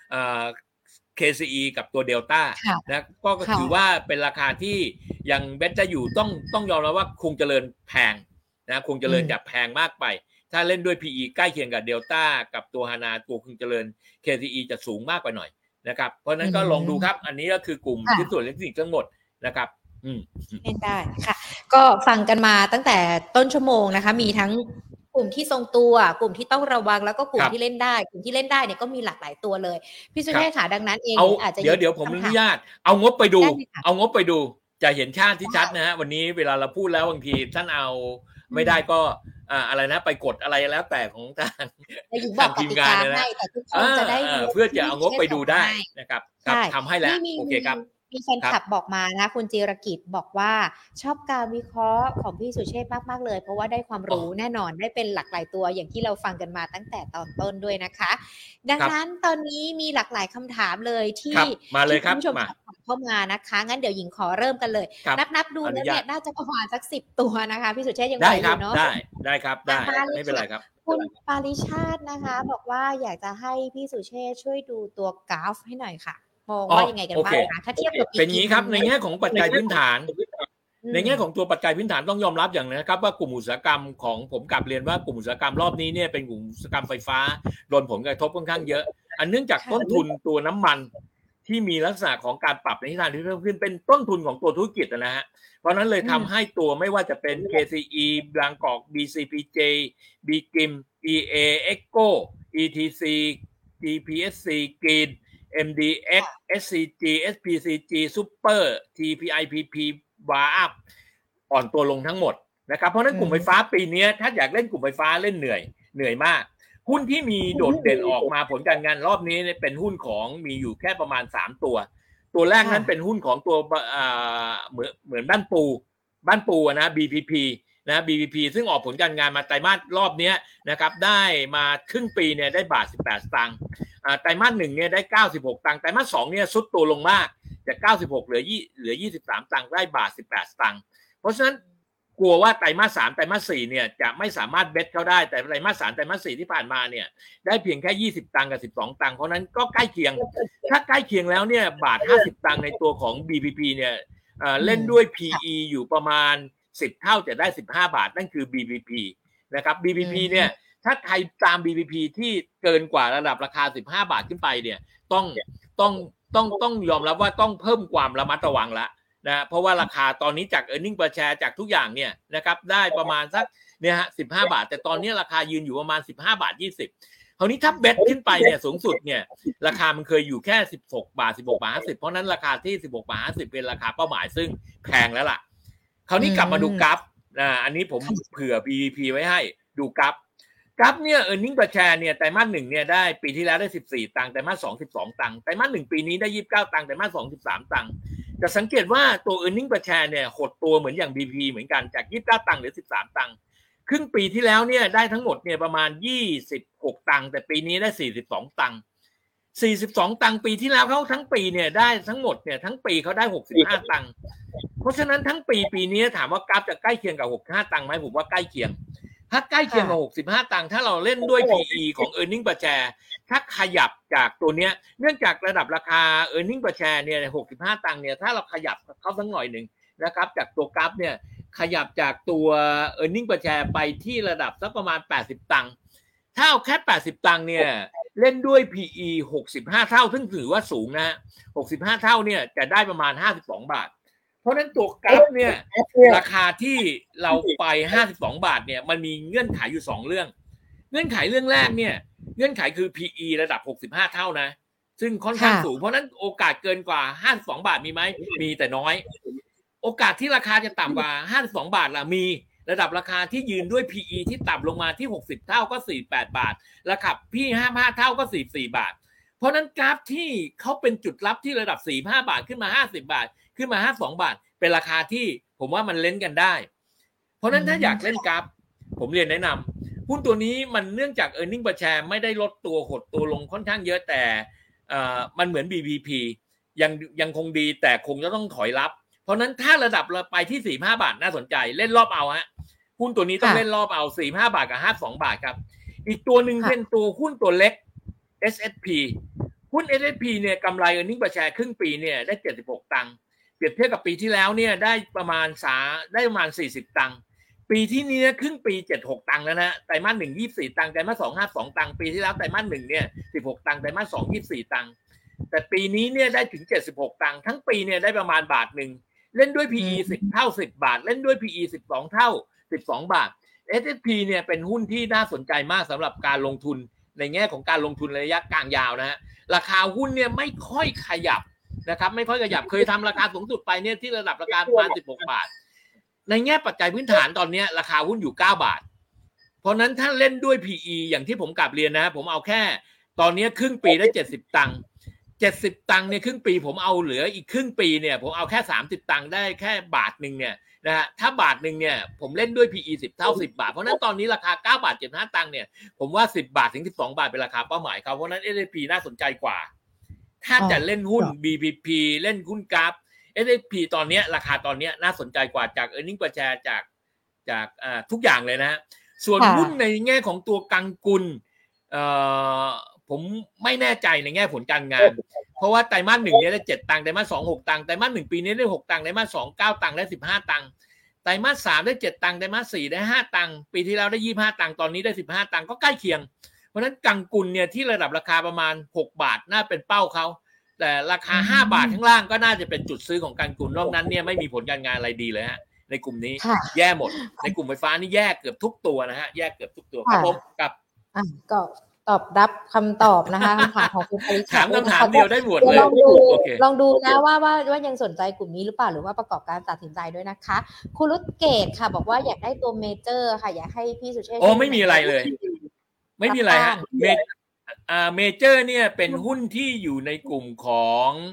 KCE กับตัวเดลต้านะก็ถือว่าเป็นราคาที่ยังเบสจะอยู่ต้องยอมรับว่าคงเจริญแพงนะคงเจริญจากแพงมากไปถ้าเล่นด้วย PE ใกล้เคียงกับเดลต้ากับตัวฮานาตัวคงเจริญ KCE จะสูงมากกว่าหน่อยนะครับเพราะนั้นก็ลองดูครับอันนี้ก็คือกลุ่มที่ส่วนเล็กๆทั้งหมดนะครับเล่นได้ค่ะก็ฟังกันมาตั้งแต่ต้นชั่วโมงนะคะมีทั้งกลุ่มที่ทรงตัวกลุ่มที่ต้องระวังแล้วก็กลุ่มที่เล่นได้กลุ่มที่เล่นได้เนี่ยก็มีหลากหลายตัวเลยพี่สุเทพค่ะดังนั้นเองอาจจะเดี๋ยวผมอนุญาตเอางบไปดูจะเห็นชาติที่ชัดนะฮะวันนี้เวลาเราพูดแล้วบางทีท่านเอาไม่ได้ก็อะไรนะไปกดอะไรแล้วแต่ของทางทีมงานนะแต่ทุกคนจะได้เพื่อจะเอางบไปดูได้นะครับทำให้แล้วโอเคครับมีแฟนคลับบอกมานะคุณจิรกิจบอกว่าชอบการวิเคราะห์ของพี่สุเชษมากๆเลยเพราะว่าได้ความรู้แน่นอนได้เป็นหลากหลายตัวอย่างที่เราฟังกันมาตั้งแต่ตอนต้นด้วยนะคะดังนั้นตอนนี้มีหลากหลายคำถามเลยที่คุณผู้ชมเข้ามานะคะงั้นเดี๋ยวหญิงขอเริ่มกันเลยนับดูแล้วเนี่ยน่าจะประมาณสัก10ตัวนะคะพี่สุเชษยังไหวอยู่เนาะได้ครับได้ไม่เป็นไรครับคุณปาริชาตินะคะบอกว่าอยากจะให้พี่สุเชษช่วยดูตัวกราฟให้หน่อยค่ะมองว่ายังไงกันบ้างคะถ้าเทียบกับเป็นอย่างนี้ครับในแง่ของปัจจัยพื้นฐานในแง่ของตัวปัจจัยพื้นฐานต้องยอมรับอย่างนะครับว่ากลุ่มอุตสาหกรรมของผมกลับเรียนว่ากลุ่มอุตสาหกรรมรอบนี้เนี่ยเป็นกลุ่มอุตสาหกรรมไฟฟ้าโดนผลกระทบค่อนข้างเยอะเนื่องจากต้นทุนตัวน้ำมันที่มีลักษณะของการปรับในทิศทางที่เพิ่มขึ้นเป็นต้นทุนของตัวธุรกิจนะฮะเพราะนั้นเลยทำให้ตัวไม่ว่าจะเป็น KCE บางกอก BCPJ BGIM EA ECO ETC GPSC Green MDX SCG SPCG Super TPIPP วาอัพอ่อนตัวลงทั้งหมดนะครับเพราะนั้นกลุ่มไฟฟ้าปีนี้ถ้าอยากเล่นกลุ่มไฟฟ้าเล่นเหนื่อยมากหุ้นที่มีโดดเด่นออกมาผลการงานรอบนี้เป็นหุ้นของมีอยู่แค่ประมาณ3ตัวตัวแรกนั้นเป็นหุ้นของตัวเหมือนบ้านปูนะ BPP นะ BPP ซึ่งออกผลการงานมาไตรมาสรอบนี้นะครับได้มาครึ่งปีเนี่ยได้บาท18 สตางค์ไตรมาส1เนี่ยได้96 ตังค์ไตรมาส2เนี่ยซุดตัวลงมากจาก96เหลือ23 ตังค์ได้บาท18 สตางค์เพราะฉะนั้นกลัวว่าไตรมาส3ไตรมาส4เนี่ยจะไม่สามารถเบสเขาได้แต่ไตรมาส3ไตรมาส4ที่ผ่านมาเนี่ยได้เพียงแค่20 ตังค์กับ12 ตังค์เพราะนั้นก็ใกล้เคียงถ้าใกล้เคียงแล้วเนี่ยบาท50 ตังค์ในตัวของ BPP เนี่ยเล่นด้วย PE อยู่ประมาณ10 เท่าจะได้15 บาทนั่นคือ BPP นะครับ BPP เนี่ยถ้าใครตาม BPP ที่เกินกว่าระดับราคา15 บาทขึ้นไปเนี่ยต้องยอมรับว่าต้องเพิ่มความระมัดระวังละนะเพราะว่าราคาตอนนี้จาก earning per share จากทุกอย่างเนี่ยนะครับได้ประมาณสักเนี่ยฮะ15 บาทแต่ตอนนี้ราคายืนอยู่ประมาณ15 บาท 20คราวนี้ถ้าเบสขึ้นไปเนี่ยสูงสุดเนี่ยราคามันเคยอยู่แค่16 บาท 16 บาท 50เพราะนั้นราคาที่16 บาท 50เป็นราคาเป้าหมายซึ่งแพงแล้วล่ะคราวนี้กลับมาดูกราฟอันนี้ผมเผื่อ BVP ไว้ให้ดูกราฟเนี่ย earning per share เนี่ยไตรมาส1เนี่ยได้ปีที่แล้วได้14 ตังค์ไตรมาส2 12 ตังค์ไตรมาส1ปีนี้ได้29 ตังค์ไตรมาส2 13 ตังค์จะสังเกตว่าตัว earning per share เนี่ยหดตัวเหมือนอย่าง BP เหมือนกันจาก29 ตังค์หรือ13 ตังค์ครึ่งปีที่แล้วเนี่ยได้ทั้งหมดเนี่ยประมาณ26 ตังค์แต่ปีนี้ได้42 ตังค์42 ตังค์ปีที่แล้วเขาทั้งปีเนี่ยได้ทั้งหมดเนี่ยทั้งปีเขาได้65 ตังค์เพราะฉะนั้นทั้งปีนี้ถามว่ากราฟจะใกล้เคียงกับ65 ตังค์ไหมผมว่าใกล้เคียงถ้าใกล้เคียงกับ65 ตังค์ถ้าเราเล่นด้วย PE ของ earning per share ถ้าขยับจากตัวเนี้ยเนื่องจากระดับราคา earning per share เนี่ย65 ตังค์เนี่ยถ้าเราขยับเข้าสักหน่อยหนึ่งนะครับจากตัวกราฟเนี่ยขยับจากตัว earning per share ไปที่ระดับสักประมาณ80 ตังค์ถ้าเอาแค่80 ตังค์เนี่ยเล่นด้วย PE 65 เท่าซึ่งถือว่าสูงนะ65 เท่าเนี่ยจะได้ประมาณ52 บาทเพราะนั้นตัวกราฟเนี่ยราคาที่เราไป52 บาทเนี่ยมันมีเงื่อนไขอยู่2เรื่องเงื่อนไขเรื่องแรกเนี่ยเงื่อนไขคือ PE ระดับ65 เท่านะซึ่งค่อนข้างสูงเพราะนั้นโอกาสเกินกว่า52 บาทมีไหมมีแต่น้อยโอกาสที่ราคาจะต่ำกว่า52 บาทล่ะมีระดับราคาที่ยืนด้วย PE ที่ต่ำลงมาที่60 เท่าก็48 บาทระดับพี่55 เท่าก็44 บาทเพราะนั้นกราฟที่เขาเป็นจุดรับที่ระดับ45 บาทขึ้นมา50 บาทขึ้นมา52 บาทเป็นราคาที่ผมว่ามันเล่นกันได้เพราะนั้นถ้าอยากเล่นกราฟผมเรียนแนะนำหุ้นตัวนี้มันเนื่องจาก earning per share ไม่ได้ลดตัวหดตัวลงค่อนข้างเยอะแต่มันเหมือน BBP ยังคงดีแต่คงจะต้องถอยรับเพราะนั้นถ้าระดับเราไปที่45 บาทน่าสนใจเล่นรอบเอาฮะหุ้นตัวนี้ต้องเล่นรอบเอา45 บาทกับ52 บาทครับอีกตัวหนึ่งเป็นตัวหุ้นตัวเล็ก SSP หุ้น SSP เนี่ยกำไร earning per share ครึ่งปีเนี่ยได้76 ตังค์เปรียบเทียบกับปีที่แล้วเนี่ยได้ประมาณ40 ตังค์ปีที่นี้ครึ่งปี76 ตังค์แล้วนะไตรมาส1 24 ตังค์ไตรมาส2 52 ตังค์ปีที่แล้วไตรมาส1เนี่ย16 ตังค์ไตรมาส2 24 ตังค์แต่ปีนี้เนี่ยได้ถึง76 ตังค์ทั้งปีเนี่ยได้ประมาณบาทนึงเล่นด้วย PE 10 เท่า10 บาทเล่นด้วย PE 12 เท่า12 บาท SSP เนี่ยเป็นหุ้นที่น่าสนใจมากสำหรับการลงทุนในแง่ของการลงทุนระยะกลางยาวนะฮะราคาหุ้นเนี่ยไม่ค่อยขยับนะครับไม่ค่อยขยับเคยทำราคาสูงสุดไปเนี่ยที่ระดับราคาประมาณ16 บาทในแง่ปัจจัยพื้นฐานตอนนี้ราคาหุ้นอยู่9 บาทเพราะนั้นถ้าเล่นด้วย PE อย่างที่ผมกลับเรียนนะผมเอาแค่ตอนนี้ครึ่งปีได้70 ตังค์70 ตังค์เนี่ยครึ่งปีผมเอาเหลืออีกครึ่งปีเนี่ยผมเอาแค่30 ตังค์ได้แค่บาทนึงเนี่ยนะฮะถ้าบาทนึงเนี่ยผมเล่นด้วย PE 10 เท่า10 บาทเพราะนั้นตอนนี้ราคา9 บาท 75 ตังค์เนี่ยผมว่า10 บาทถึง12 บาทเป็นราคาเป้าหมายเขาเพราะนั้น SSP น่าสนใจกว่าถ้าจะเล่นหุ้น BPP เล่นหุ้นกราฟ SSP ตอนนี้ราคาตอนนี้น่าสนใจกว่าจาก earning per share จากทุกอย่างเลยนะฮะส่วนหุ้นในแง่ของตัวกังกุลผมไม่แน่ใจในแง่ผลการงานเพราะว่าไตรมาส1เนี่ยได้7 ตังค์ไตรมาส2 6 ตังค์ไตรมาส1ปีนี้ได้6 ตังค์ไตรมาส2 9 ตังค์ได้15 ตังค์ไตรมาส3ได้7 ตังค์ไตรมาส4ได้5 ตังค์ปีที่แล้วได้25 ตังค์ตอนนี้ได้15 ตังค์ก็ใกล้เคียงเพราะฉะนั้นกังกุลเนี่ยที่ระดับราคาประมาณ6 บาทน่าเป็นเป้าเขาแต่ราคา5 บาทข้างล่างก็น่าจะเป็นจุดซื้อของกังกุลนอกนั้นเนี่ยไม่มีผลการงานอะไรดีเลยฮะในกลุ่มนี้แย่หมดในกลุ่มไฟฟ้านี่แย่เกือบทุกตัวนะฮะแย่เกือบทุกตัวครับผมกับก็ตอบรับคำตอบนะคะคำถามของคุณปริชาถามคำถามเดียวได้หมดเลยลองดูนะว่ายังสนใจกลุ่มนี้หรือเปล่าหรือว่าประกอบการตัดสินใจด้วยนะคะคุณรุตเกตค่ะบอกว่าอยากได้ตัวเมเจอร์ค่ะอยากให้พี่สุเชษฐ์ไม่มีอะไรเลยไม่มีอะไรฮะเมเจอร์เนี่ยเป็นหุ้นที่อยู่ในกลุ่มของ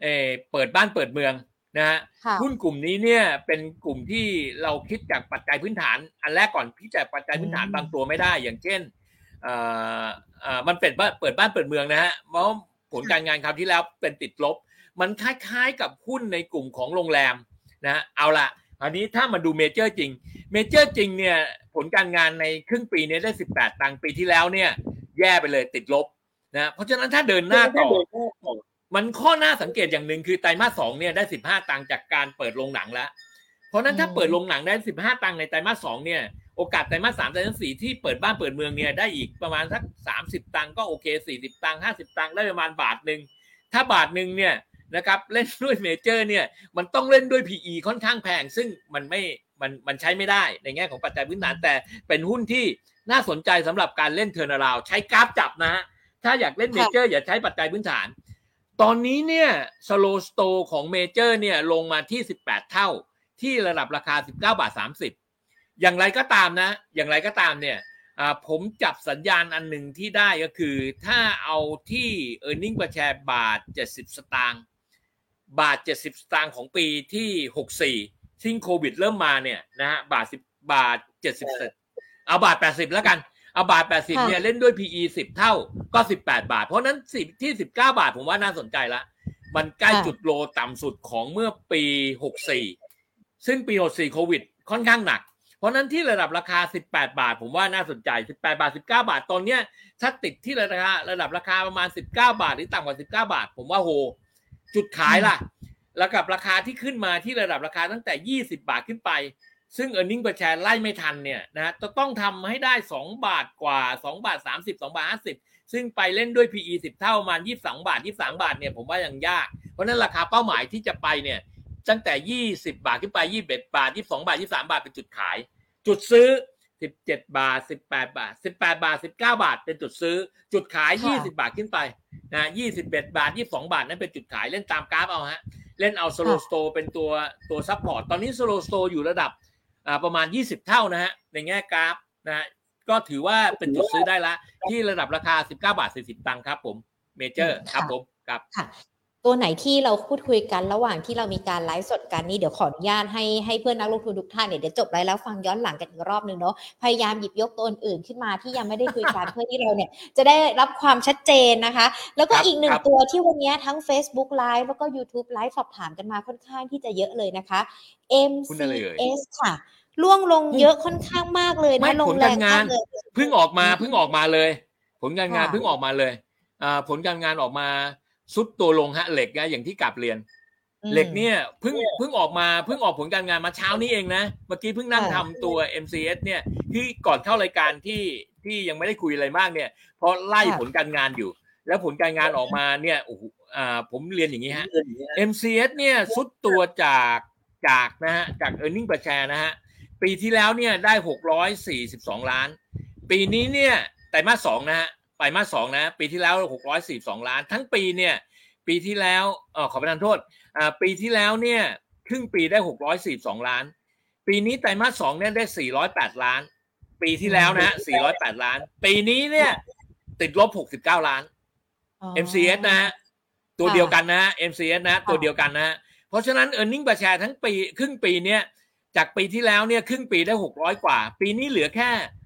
เปิดบ้านเปิดเมืองนะฮะค่ะหุ้นกลุ่มนี้เนี่ยเป็นกลุ่มที่เราคิดจากปัจจัยพื้นฐานอันแรกก่อนคิดจากปัจจัยพื้นฐานบางตัวไม่ได้อย่างเช่นมันเปิดบ้านเปิดเมืองนะฮะเพราะผลการงานคราวที่แล้วเป็นติดลบมันคล้ายๆกับหุ้นในกลุ่มของโรงแรมนะฮะเอาละอันนี้ถ้ามาดูเมเจอร์จริงเนี่ยผลการงานในครึ่งปีนี้ได้18ตังค์ปีที่แล้วเนี่ยแย่ไปเลยติดลบนะเพราะฉะนั้นถ้าเดินหน้าต่อมันข้อหน้าสังเกตอย่างหนึ่งคือไตรมาส2เนี่ยได้15ตังค์จากการเปิดโรงหนังแล้วเพราะนั้นถ้าเปิดโรงหนังได้15ตังค์ในไตรมาส2เนี่ยโอกาสไตรมาส3ไตรมาส4ที่เปิดบ้านเปิดเมืองเนี่ยได้อีกประมาณสัก30ตังค์ก็โอเค40ตังค์50ตังค์ได้ประมาณบาทนึงถ้าบาทนึงเนี่ยนะครับเล่นด้วยเมเจอร์เนี่ยมันต้องเล่นด้วย PE ค่อนข้างแพงซึ่งมันใช้ไม่ได้ในแง่ของปัจจัยพื้นฐานแต่เป็นหุ้นที่น่าสนใจสำหรับการเล่นเทอร์นาราวด์ใช้กราฟจับนะฮะถ้าอยากเล่นเมเจอร์อย่าใช้ปัจจัยพื้นฐานตอนนี้เนี่ยสโลว์สโตร์ของเมเจอร์เนี่ยลงมาที่18เท่าที่ระดับราคา19.30 อย่างไรก็ตามเนี่ยผมจับสัญญาณอันหนึ่งที่ได้ก็คือถ้าเอาที่ earning per share บาท70 สตางค์70 สตางค์ของปีที่64ซึ่งโควิดเริ่มมาเนี่ยนะฮะบาท70เอาบาท80แล้วกันเอาบาท80เนี่ยเล่นด้วย PE 10เท่าก็18บาทเพราะนั้นที่19บาทผมว่าน่าสนใจละมันใกล้จุดโลต่ำสุดของเมื่อปี64ซึ่งปี64โควิดค่อนข้างหนักเพราะนั้นที่ระดับราคา18บาทผมว่าน่าสนใจ18บาท19บาทตอนเนี้ยถ้าติดที่ระดับราคาประมาณ19บาทหรือต่ำกว่า19บาทผมว่าโหจุดขายล่ะแล้วกับราคาที่ขึ้นมาที่ระดับราคาตั้งแต่20บาทขึ้นไปซึ่ง earning per share ไล่ไม่ทันเนี่ยนะต้องทำให้ได้2บาทกว่า2บาท30 2บาท50ซึ่งไปเล่นด้วย PE 10เท่าประมาณ22บาท23บาทเนี่ยผมว่ายังยากเพราะนั้นราคาเป้าหมายที่จะไปเนี่ยตั้งแต่20บาทขึ้นไป21บาท22บาท23บาทเป็นจุดขายจุดซื้อ17บาท18บาท18บาท19บาทเป็นจุดซื้อจุดขาย20บาทขึ้นไปนะ21บาท22บาทนั่นเป็นจุดขายเล่นตามกราฟเอาฮะเล่นเอาสโลว์สโตร์เป็นตัวซัพพอร์ตตอนนี้สโลว์สโตร์อยู่ระดับประมาณ20เท่านะฮะในแง่กราฟนะฮะก็ถือว่าเป็นจุดซื้อได้ละที่ระดับราคา19บาท40ตังค์ครับผมเมเจอร์ครับผมครับตัวไหนที่เราพูดคุยกันระหว่างที่เรามีการไลฟ์สดกันนี่เดี๋ยวขออนุญาตให้เพื่อนนักลงทุนทุกท่านเนี่ยเดี๋ยวจบไลฟ์แล้วฟังย้อนหลังกันอีกรอบนึงเนาะพยายามหยิบยกตัวอื่นขึ้นมาที่ยังไม่ได้คุยกัน เพื่อที่เราเนี่ยจะได้รับความชัดเจนนะคะแล้วก็อีกหนึ่งตัวที่วันนี้ทั้ง Facebook Live แล้วก็ YouTube Live สอบถามกันมาค่อนข้างที่จะเยอะเลยนะคะ MCS ค่ะล่วงลงเยอะค่อนข้างมากเลยนะลงแรงมากเลยเพิ่งออกมาเลยผลการงานเพิ่งออกมาเลยผลการงานออกมาซุดตัวลงฮะเหล็กนะอย่างที่กลับเรียนเหล็กเนี่ยเพิ่งออกผลการงานมาเช้านี้เองนะเมื่อกี้เพิ่งนั่งทำตัว MCS เนี่ยที่ก่อนเข้ารายการที่ยังไม่ได้คุยอะไรมากเนี่ยเพราะไล่ผลการงานอยู่แล้วผลการงานออกมาเนี่ยโอ้โหผมเรียนอย่างนี้ฮะ MCS เนี่ยซุดตัวจากนะฮะจาก earning per share นะฮะปีที่แล้วเนี่ยได้642ล้านปีนี้เนี่ยไตรมาส2นะฮะไตรมาส2นะปีที่แล้ว642ล้านทั้งปีเนี่ยปีที่แล้วขอประทานโทษปีที่แล้วเนี่ยครึ่งปีได้642ล้านปีนี้ไตรมาส2เนี่ยได้408ล้านปีที่แล้วนะฮะ408ล้านปีนี้เนี่ยติดลบ69ล้าน MCS นะฮะตัวเดียวกันนะฮะ MCS นะตัวเดียวกันนะฮะเพราะฉะนั้น earning per share ทั้งปีครึ่งปีเนี่ยจากปีที่แล้วเนี่ยครึ่งปีได้600กว่าปีนี้เหลือแค่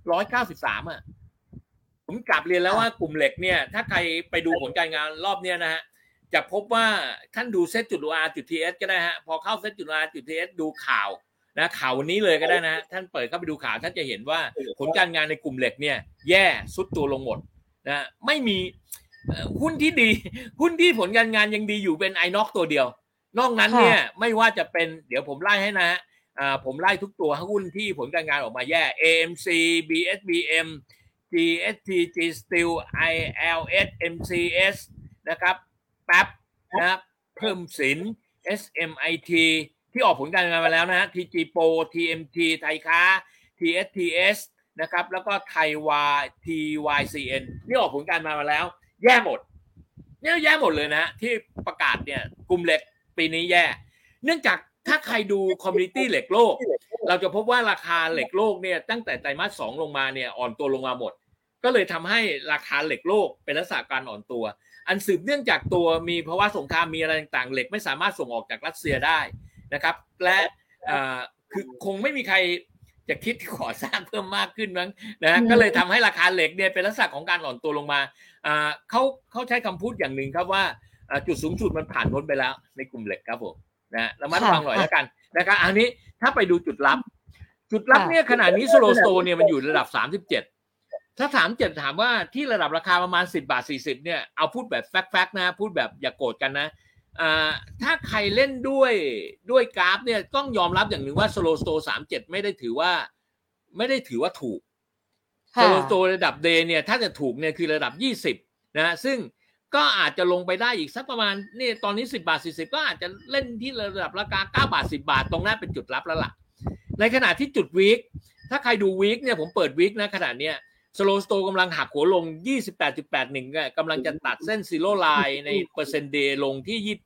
193อ่ะผมกลับเรียนแล้วว่ากลุ่มเหล็กเนี่ยถ้าใครไปดูผลการงานรอบเนี้ยนะฮะจะพบว่าท่านดู set.r.ts ก็ได้ฮะพอเข้า set.r.ts ดูข่าวนะข่าววันนี้เลยก็ได้นะท่านเปิดเข้าไปดูข่าวท่านจะเห็นว่าผลการงานในกลุ่มเหล็กเนี่ยแย่สุดตัวลงหมดนะไม่มีหุ้นที่ดีหุ้นที่ผลการงานยังดีอยู่เป็น iNox ตัวเดียวนอกนั้นเนี่ยไม่ว่าจะเป็นเดี๋ยวผมไล่ให้นะฮะผมไล่ทุกตัวหุ้นที่ผลการงานออกมาแย่ AMC BSBM GST G Steel ILS MCS นะครับแป๊บนะครับเพิ่มสิน SMIT ที่ออกผลการงานมาแล้วนะฮะ TG Pro TMT ไทยค้า TSTS นะครับแล้วก็ไทยวา TYCN นี่ออกผลการงานมาแล้วแย่หมดเนี่ยแย่หมดเลยนะฮะที่ประกาศเนี่ยกลุ่มเหล็กปีนี้แย่เนื่องจากถ้าใครดูคอมมูนิตี้เหล็กโลกเราจะพบว่าราคาเหล็กโลกเนี่ยตั้งแต่ไตรมาส2ลงมาเนี่ยอ่อนตัวลงมาหมดก็เลยทำให้ราคาเหล็กโลกเป็นลักษณะการอ่อนตัวอันสืบเนื่องจากตัวมีภาวะสงครามมีอะไรต่างๆเหล็กไม่สามารถส่งออกจากรัสเซียได้นะครับและคือคงไม่มีใครจะคิดก่อสร้างเพิ่มมากขึ้นมั้งนะก็เลยทำให้ราคาเหล็กเนี่ยเป็นลักษณะของการอ่อนตัวลงมาเขาใช้คำพูดอย่างหนึ่งครับว่าจุดสูงสุดมันผ่านพ้นไปแล้วในกลุ่มเหล็กครับผมนะระมัดระวังหน่อยแล้วกันนะครับอันนี้ถ้าไปดูจุดลับเนี่ยขณะนี้สโลสโตเนี่ยมันอยู่ระดับ37ถ้า37ถามว่าที่ระดับราคาประมาณ10 บาท 40เนี่ยเอาพูดแบบแฟกต์นะพูดแบบอย่าโกรธกันนะถ้าใครเล่นด้วยกราฟเนี่ยต้องยอมรับอย่างหนึ่งว่าสโลสโต37ไม่ได้ถือว่าถูกสโลสโตระดับเดย์เนี่ยถ้าจะถูกเนี่ยคือระดับ20นะซึ่งก็อาจจะลงไปได้อีกสักประมาณนี่ตอนนี้10 บาท 40ก็อาจจะเล่นที่ระดับราคา9 บาท 10 บาทตรงนั้นเป็นจุดรับแล้วล่ะในขณะที่จุดวีคถ้าใครดูวีคเนี่ยผมเปิดวีคนะขณะเนี้ยสโลสโตกำลังหักหัวลง 28.81 กำลังจะตัดเส้นซีโร่ไลน์ในเปอร์เซ็นต์เดย์ลงที่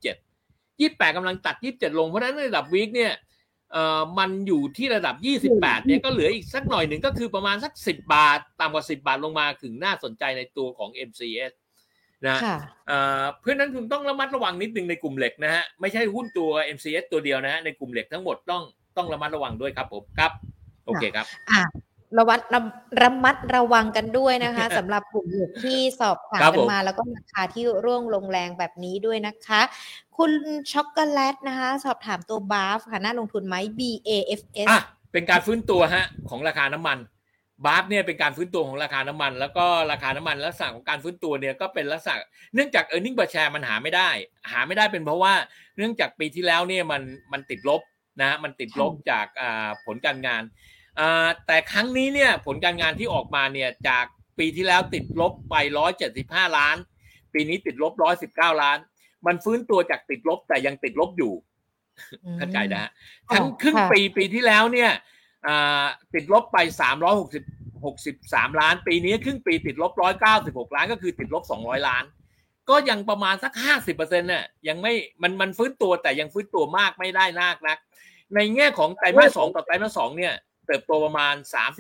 28กำลังตัด27ลงเพราะฉะนั้นระดับวีคเนี่ยมันอยู่ที่ระดับ28เนี่ยก็เหลืออีกสักหน่อยหนึ่งก็คือประมาณสัก10 บาทต่ำกว่า10 บาทลงมาถึงน่าสนใจในตัวของ MCS นะเพื่อนนั้นคุณต้องระมัดระวังนิดนึงในกลุ่มเหล็กนะฮะไม่ใช่หุ้นตัว MCS ตัวเดียวนะฮะในกลุ่มเหล็กทั้งหมดต้องระมัดระวังด้วยครับผมครับโอเคครับระมัดระวังกันด้วยนะคะสำหรับกลุ่มเหล็กที่สอบถามกันมาแล้วก็ราคาที่ร่วงลงแรงแบบนี้ด้วยนะคะคุณช็อกโกแลตนะคะสอบถามตัวบาฟค่ะน่าลงทุนไหม BAFS เป็นการฟื้นตัวฮะของราคาน้ำมันบาฟเนี่ยเป็นการฟื้นตัวของราคาน้ำมันแล้วก็ราคาน้ำมันลักษณะของการฟื้นตัวเนี่ยก็เป็นลักษณะเนื่องจาก earning per share มันหาไม่ได้เป็นเพราะว่าเนื่องจากปีที่แล้วเนี่ยมันติดลบนะมันติดลบจากผลการงานแต่ครั้งนี้เนี่ยผลการงานที่ออกมาเนี่ยจากปีที่แล้วติดลบไป175 ล้านปีนี้ติดลบ119 ล้านมันฟื้นตัวจากติดลบแต่ยังติดลบอยู่เข้าใจนะฮะทั้งครึ่งปีที่แล้วเนี่ยติดลบไป363 ล้านปีนี้ครึ่งปีติดลบ196 ล้านก็คือติดลบ200 ล้านก็ยังประมาณสัก 50% เนี่ยยังไม่มันฟื้นตัวแต่ยังฟื้นตัวมากไม่ได้นักในแง่ของไตรมาส2ต่อไตรมาส2เนี่ยเติบโตประมาณ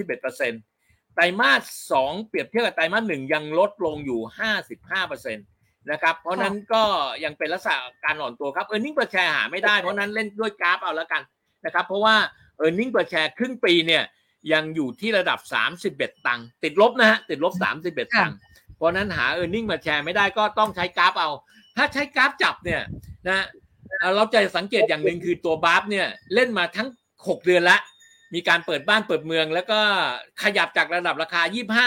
31% ไตรมาส2เปรียบเทียบกับไตรมาส1ยังลดลงอยู่ 55% นะครับเพราะนั้นก็ยังเป็นลักษณะการอ่อนตัวครับ earning per share หาไม่ได้เพราะนั้นเล่นด้วยกราฟเอาแล้วกันนะครับเพราะว่า earning per share ครึ่งปีเนี่ยยังอยู่ที่ระดับ31 ตังค์ติดลบนะฮะติดลบ31 ตังค์เพราะนั้นหา earning per share ไม่ได้ก็ต้องใช้กราฟเอาถ้าใช้กราฟจับเนี่ยนะเราจะสังเกตอย่างหนึ่งคือตัวบาฟเนี่ยเล่นมาทั้ง6 เดือนแล้วมีการเปิดบ้านเปิดเมืองแล้วก็ขยับจากระดับราคา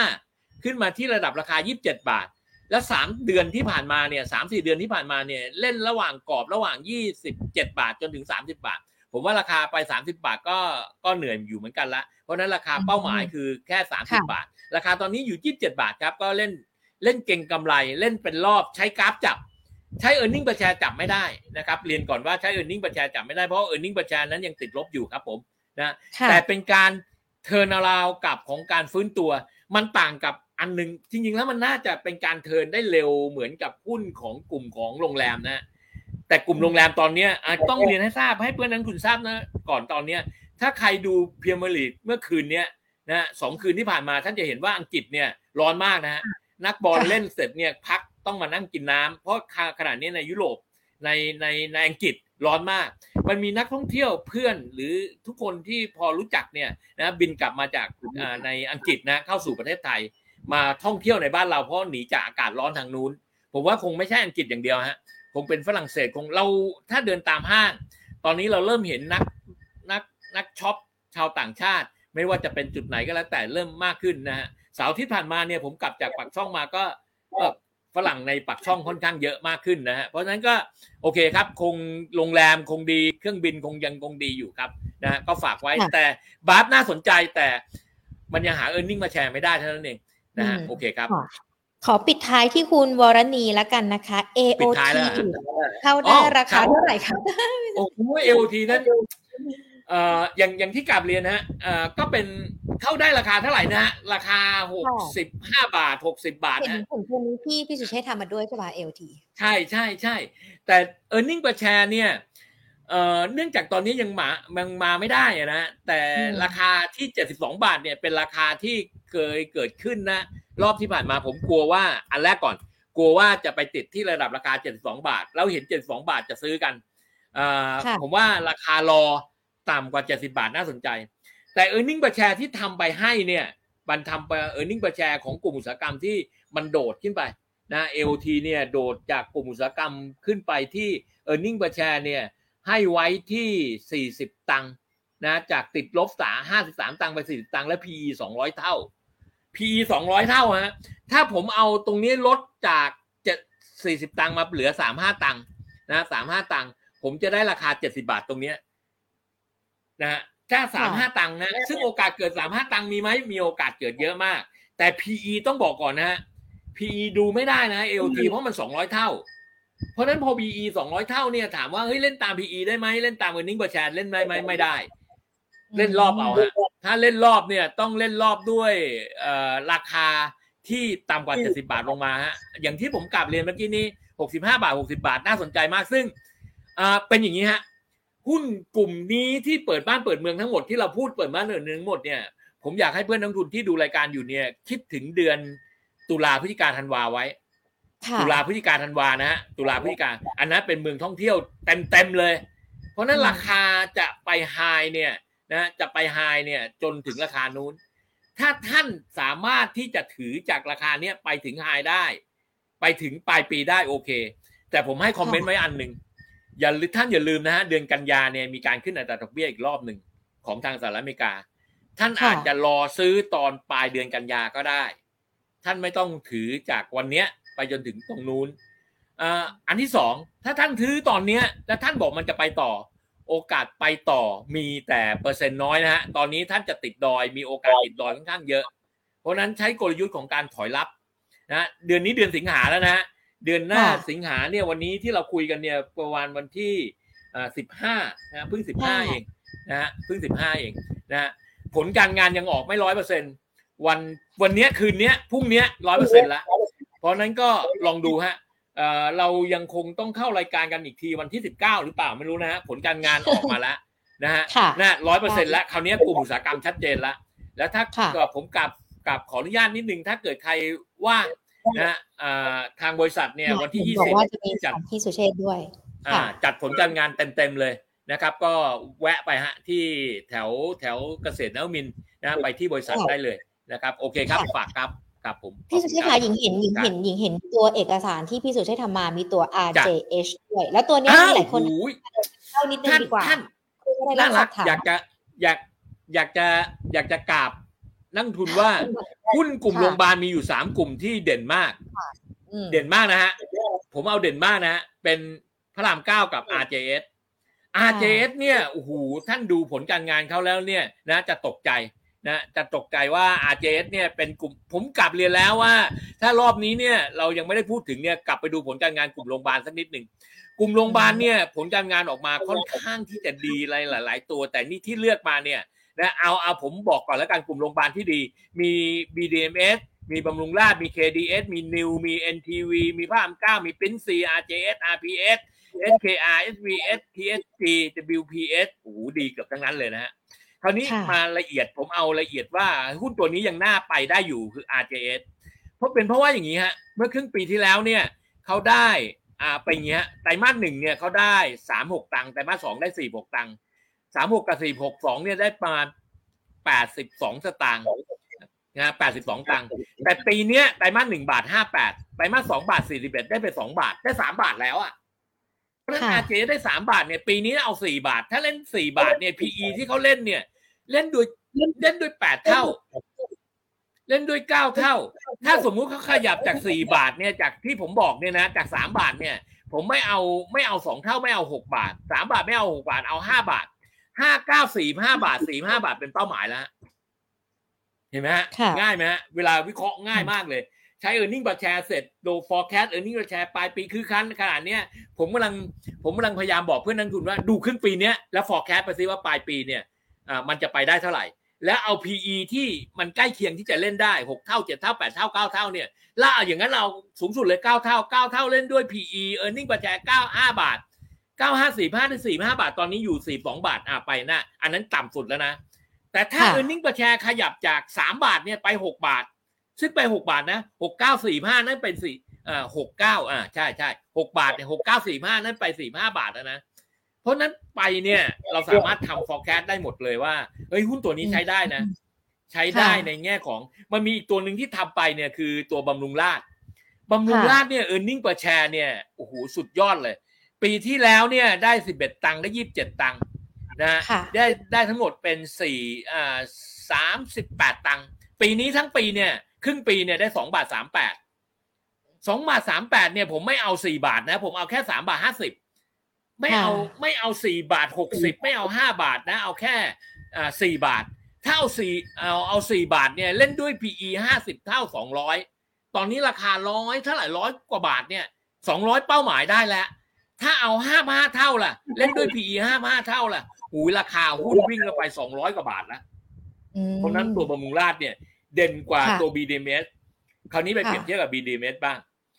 25ขึ้นมาที่ระดับราคา27 บาทแล้ว3 เดือนที่ผ่านมาเนี่ย 3-4 เดือนที่ผ่านมาเนี่ยเล่นระหว่างกรอบระหว่าง27 บาทจนถึง30 บาทผมว่าราคาไป30 บาทก็เหนื่อยอยู่เหมือนกันละเพราะนั้นราคาเป้าหมายคือแค่30 บาทราคาตอนนี้อยู่27 บาทครับก็เล่นเก่งกำไรเล่นเป็นรอบใช้กราฟจับใช้ earning per share จับไม่ได้นะครับเรียนก่อนว่าใช้ earning per share จับไม่ได้เพราะ earning per share นั้นยังติดลบอยู่ครับผมนะแต่เป็นการเทิร์นอราวด์กับของการฟื้นตัวมันต่างกับอันนึงจริงๆแล้วมันน่าจะเป็นการเทิร์นได้เร็วเหมือนกับหุ้นของกลุ่มของโรงแรมนะแต่กลุ่มโรงแรมตอนนี้ต้องเรียนให้ทราบให้เพื่อนนั้นคุณทราบนะก่อนตอนนี้ถ้าใครดูพรีเมียร์ลีกเมื่อคืนนี้นะ2 คืนที่ผ่านมาท่านจะเห็นว่าอังกฤษเนี่ยร้อนมากนะฮะนักบอลเล่นเสร็จเนี่ยพักต้องมานั่งกินน้ำเพราะขนาดนี้ในยุโรปในอังกฤษร้อนมากมันมีนักท่องเที่ยวเพื่อนหรือทุกคนที่พอรู้จักเนี่ยนะบินกลับมาจากในอังกฤษนะเข้าสู่ประเทศไทยมาท่องเที่ยวในบ้านเราเพราะหนีจากอากาศร้อนทางนู้นผมว่าคงไม่ใช่อังกฤษอย่างเดียวฮะคงเป็นฝรั่งเศสคงเราถ้าเดินตามห้างตอนนี้เราเริ่มเห็นนักช็อปชาวต่างชาติไม่ว่าจะเป็นจุดไหนก็แล้วแต่เริ่มมากขึ้นนะฮะเสาร์ที่ผ่านมาเนี่ยผมกลับจากปากช่องมาก็ฝรั่งในปากช่องค่อนข้างเยอะมากขึ้นนะฮะเพราะฉะนั้นก็โอเคครับคงโรงแรมคงดีเครื่องบินคงดีอยู่ครับนะก็ฝากไว้แต่บาฟน่าสนใจแต่มันยังหา earning มาแชร์ไม่ได้เท่านั้นเองนะฮะโอเคครับขอปิดท้ายที่คุณวรณีแล้วกันนะคะ AOT เข้าได้ราคาเท่าไหร่คะโอ้โห AOT นั้นอย่างที่กลับเรียนนะฮะก็เป็นเข้าได้ราคาเท่าไหร่นะฮะราคา65 บาท60 บาทนะผมคนนี้พี่สุเชษฐ์ทำมาด้วยใช่ป่ะ AOT ใช่แต่ earning per share เนี่ยเนื่องจากตอนนี้ยังมาไม่ได้นะแต่ราคาที่72 บาทเนี่ยเป็นราคาที่เคยเกิดขึ้นนะรอบที่ผ่านมาผมกลัวว่าอันแรกก่อนกลัวว่าจะไปติดที่ระดับราคา72 บาทแล้วเห็น72 บาทจะซื้อกันผมว่าราคารอต่ำกว่า70 บาทน่าสนใจแต่ earning per share ที่ทำไปให้เนี่ยมันทำไป earning per share ของกลุ่มอุตสาหกรรมที่มันโดดขึ้นไปนะ AOT เนี่ยโดดจากกลุ่มอุตสาหกรรมขึ้นไปที่ earning per share เนี่ยให้ไว้ที่40 ตังค์นะจากติดลบ53 ตังค์ไป40 ตังค์และ PE 200 เท่า PE 200 เท่าฮะถ้าผมเอาตรงนี้ลดจาก40 ตังค์มาเหลือ35 ตังค์นะ35 ตังค์ผมจะได้ราคา70 บาทตรงนี้นะฮะถ้า35 ตังค์นะซึ่งโอกาสเกิด35 ตังค์มีไหมมีโอกาสเกิดเยอะมากแต่ PE ต้องบอกก่อนนะฮะ PE ดูไม่ได้นะ AOT เพราะมัน200 เท่าเพราะนั้นพอ PE 200 เท่าเนี่ยถามว่าเฮ้ยเล่นตาม PE ได้ไหมเล่นตาม earning per share เล่นได้ไหมไม่ได้เล่นรอบเอาฮะถ้าเล่นรอบเนี่ยต้องเล่นรอบด้วยราคาที่ต่ำกว่า70 บาทลงมาฮะอย่างที่ผมกลับเรียนเมื่อกี้นี้65 บาท60 บาทน่าสนใจมากซึ่งเป็นอย่างนี้ฮะหุ้นกลุ่มนี้ที่เปิดบ้านเปิดเมืองทั้งหมดที่เราพูดเปิดบ้านเปิดเมืองทั้งหมดเนี่ยผมอยากให้เพื่อนนักลงทุนที่ดูรายการอยู่เนี่ยคิดถึงเดือนตุลาพฤศจิกาธันวาไว้ตุลาพฤศจิกาธันวานะฮะตุลาพฤศจิกาอันนั้นเป็นเมืองท่องเที่ยวเต็มเลยเพราะนั้นราคาจะไปไฮเนี่ยนะจะไปไฮเนี่ยจนถึงราคานู้นถ้าท่านสามารถที่จะถือจากราคาเนี้ยไปถึงไฮได้ไปถึงปลายปีได้โอเคแต่ผมให้คอมเมนต์ไว้อันนึงท่านอย่าลืมนะฮะเดือนกันยาเนี่ยมีการขึ้นอัตราดอกเบี้ยอีกรอบนึงของทางสหรัฐอเมริกาท่านอาจจะรอซื้อตอนปลายเดือนกันยาก็ได้ท่านไม่ต้องถือจากวันเนี้ยไปจนถึงตรงนู้นอันที่สองถ้าท่านถือตอนเนี้ยแล้วท่านบอกมันจะไปต่อโอกาสไปต่อมีแต่เปอร์เซ็นต์น้อยนะฮะตอนนี้ท่านจะติดดอยมีโอกาสติดดอยค่อนข้างเยอะเพราะนั้นใช้กลยุทธ์ของการถอยรับนะเดือนนี้เดือนสิงหาแล้วนะฮะเดือนหน้าสิงหาเนี่ยวันนี้ที่เราคุยกันเนี่ยประมาณวันที่15นะเพิ่ง15เองนะฮะเพิ่ง15เองนะผลการงานยังออกไม่ 100% วันนี้คืนนี้พรุ่งนี้ 100% ละเพราะนั้นก็ลองดูฮะเรายังคงต้องเข้ารายการกันอีกทีวันที่19หรือเปล่าไม่รู้นะฮะผลการงานออกมาแล้วนะฮะนะ 100% แล้วคราวนี้กลุ่มอุตสาหกรรมชัดเจนแล้วถ้าผมกับขออนุญาตนิดนึงถ้าเกิดใครว่างนะทางบริษัทเนี่ยวันที่20จัดพี่สุเชษด้วยจัดผลการงานเต็มเลยนะครับก็แวะไปฮะที่แถวเกษตรนวมินทร์นะไปที่บริษัทได้เลยนะครับโอเคครับฝากครับผมพี่สุเชษค่ะหญิงเห็นตัวเอกสารที่พี่สุเชษทำมามีตัว RJH ด้วยแล้วตัวนี้มีหลายคนเล่านิดนึงดีกว่าน่ารักอยากจะกราบนักทุนว่าหุ้นกลุ่มโรงพยาบาลมีอยู่3กลุ่มที่เด่นมากนะฮะผมเอาเด่นมากนะฮะเป็นพระราม9กับ RJH เนี่ยโอ้โหท่านดูผลการงานเขาแล้วเนี่ยนะจะตกใจว่า RJH เนี่ยเป็นกลุ่มผมกลับเรียนแล้วว่าถ้ารอบนี้เนี่ยเรายังไม่ได้พูดถึงเนี่ยกลับไปดูผลการงานกลุ่มโรงพยาบาลสักนิดนึงกลุ่มโรงพยาบาลเนี่ยผลการงานออกมาค่อนข้างที่จะดีหลายๆตัวแต่นี่ที่เลือกมาเนี่ยนะเอาผมบอกก่อนแล้วกันกลุ่มโรงพยาบาลที่ดีมี BDMS มีบำรุงราษฎร์มี KDS มี New มี NTV มีพระราม9มี Prince RJS RPS SKR SVS TSG WPS โอ้โหดีเกือบทั้งนั้นเลยนะฮะคราวนี้มาละเอียดผมเอาละเอียดว่าหุ้นตัวนี้ยังน่าไปได้อยู่คือ RJS เพราะว่าอย่างนี้ฮะเมื่อครึ่งปีที่แล้วเนี่ยเขาได้ไปอย่างเงี้ยไตรมาส1เนี่ยเขาได้36 ตังค์ไตรมาส2ได้46 ตังค์36กับ42เนี่ยได้ประมาณ82 สตางค์นะ82 ตังค์แต่ปีเนี้ยไตรมาส1 บาท 58ไตรมาส2 บาท 41ได้ไป2 บาทได้3 บาทแล้วอ่ะเพราะฉะนั้น RJS ได้3 บาทเนี่ยปีนี้เอา4 บาทถ้าเล่น4 บาทเนี่ย PE ที่เขาเล่นเนี่ยเล่นด้วย8 เท่าเล่นด้วย9 เท่าถ้าสมมุติเขาขยับจาก4 บาทเนี่ยจากที่ผมบอกเนี่ยนะจาก3 บาทเนี่ยผมไม่เอา2 เท่าไม่เอา6 บาท3 บาทไม่เอา6 บาทเอา5 บาท5 9 4 5 บาท45 บาทเป็นเป้าหมายแล้วเห็นไหมฮะง่ายไหมฮะเวลาวิเคราะห์ง่ายมากเลยใช้ earning per share เสร็จดู forecast earning per share ปลายปีคือขนาดเนี้ยผมกำลังพยายามบอกเพื่อนนักลงทุนว่าดูครึ่งปีเนี้ยแล้ว forecast ไปซิว่าปลายปีเนี่ยมันจะไปได้เท่าไหร่แล้วเอา PE ที่มันใกล้เคียงที่จะเล่นได้6 เท่า7 เท่า8 เท่า9 เท่าเนี่ยแล้วอย่างนั้นเราสูงสุดเลย9 เท่าเล่นด้วย PE earning per share 5 บาท9545ถึง45 บาทตอนนี้อยู่42 บาทไปนะอันนั้นต่ำสุดแล้วนะแต่ถ้า earning per share ขยับจาก3 บาทเนี่ยไป6 บาทซึ่งไป6บาทนะ6945นั่นเป็น69ใช่6บาทเนี่ย6945นั่นไป45บาทแล้วนะเพราะนั้นไปเนี่ยเราสามารถทำ forecast ได้หมดเลยว่าเฮ้ยหุ้นตัวนี้ใช้ได้นะใช้ได้ในแง่ของมันมีอีกตัวหนึ่งที่ทำไปเนี่ยคือตัวบำรุงราษฎร์เนี่ย earning per share เนี่ยโอ้โหสุดยอดเลยปีที่แล้วเนี่ยได้11ตังค์ได้27ตังค์นะได้ทั้งหมดเป็น38ตังค์ปีนี้ทั้งปีเนี่ยครึ่งปีเนี่ยได้2.38 บาท2.38 บาทเนี่ยผมไม่เอา4บาทนะผมเอาแค่3.50 บาทไม่เอา4.60 บาทไม่เอา5บาทนะเอาแค่4บาทถ้าเอา4บาทเนี่ยเล่นด้วย PE 50เท่า200ตอนนี้ราคา100เท่าไหร่100กว่าบาทเนี่ย200เป้าหมายได้แล้วถ้าเอา55เท่าล่ะเล่นด้วย PE 55เท่าล่ะหูราคาหุ้นวิ่งลงไป200กว่าบาทแล้วเพราะนั้นตัวบำรุงราษฎร์เนี่ยเด่นกว่าตัว BDMs คราวนี้ไปเปรียบเทียบกับ BDMs บ้าง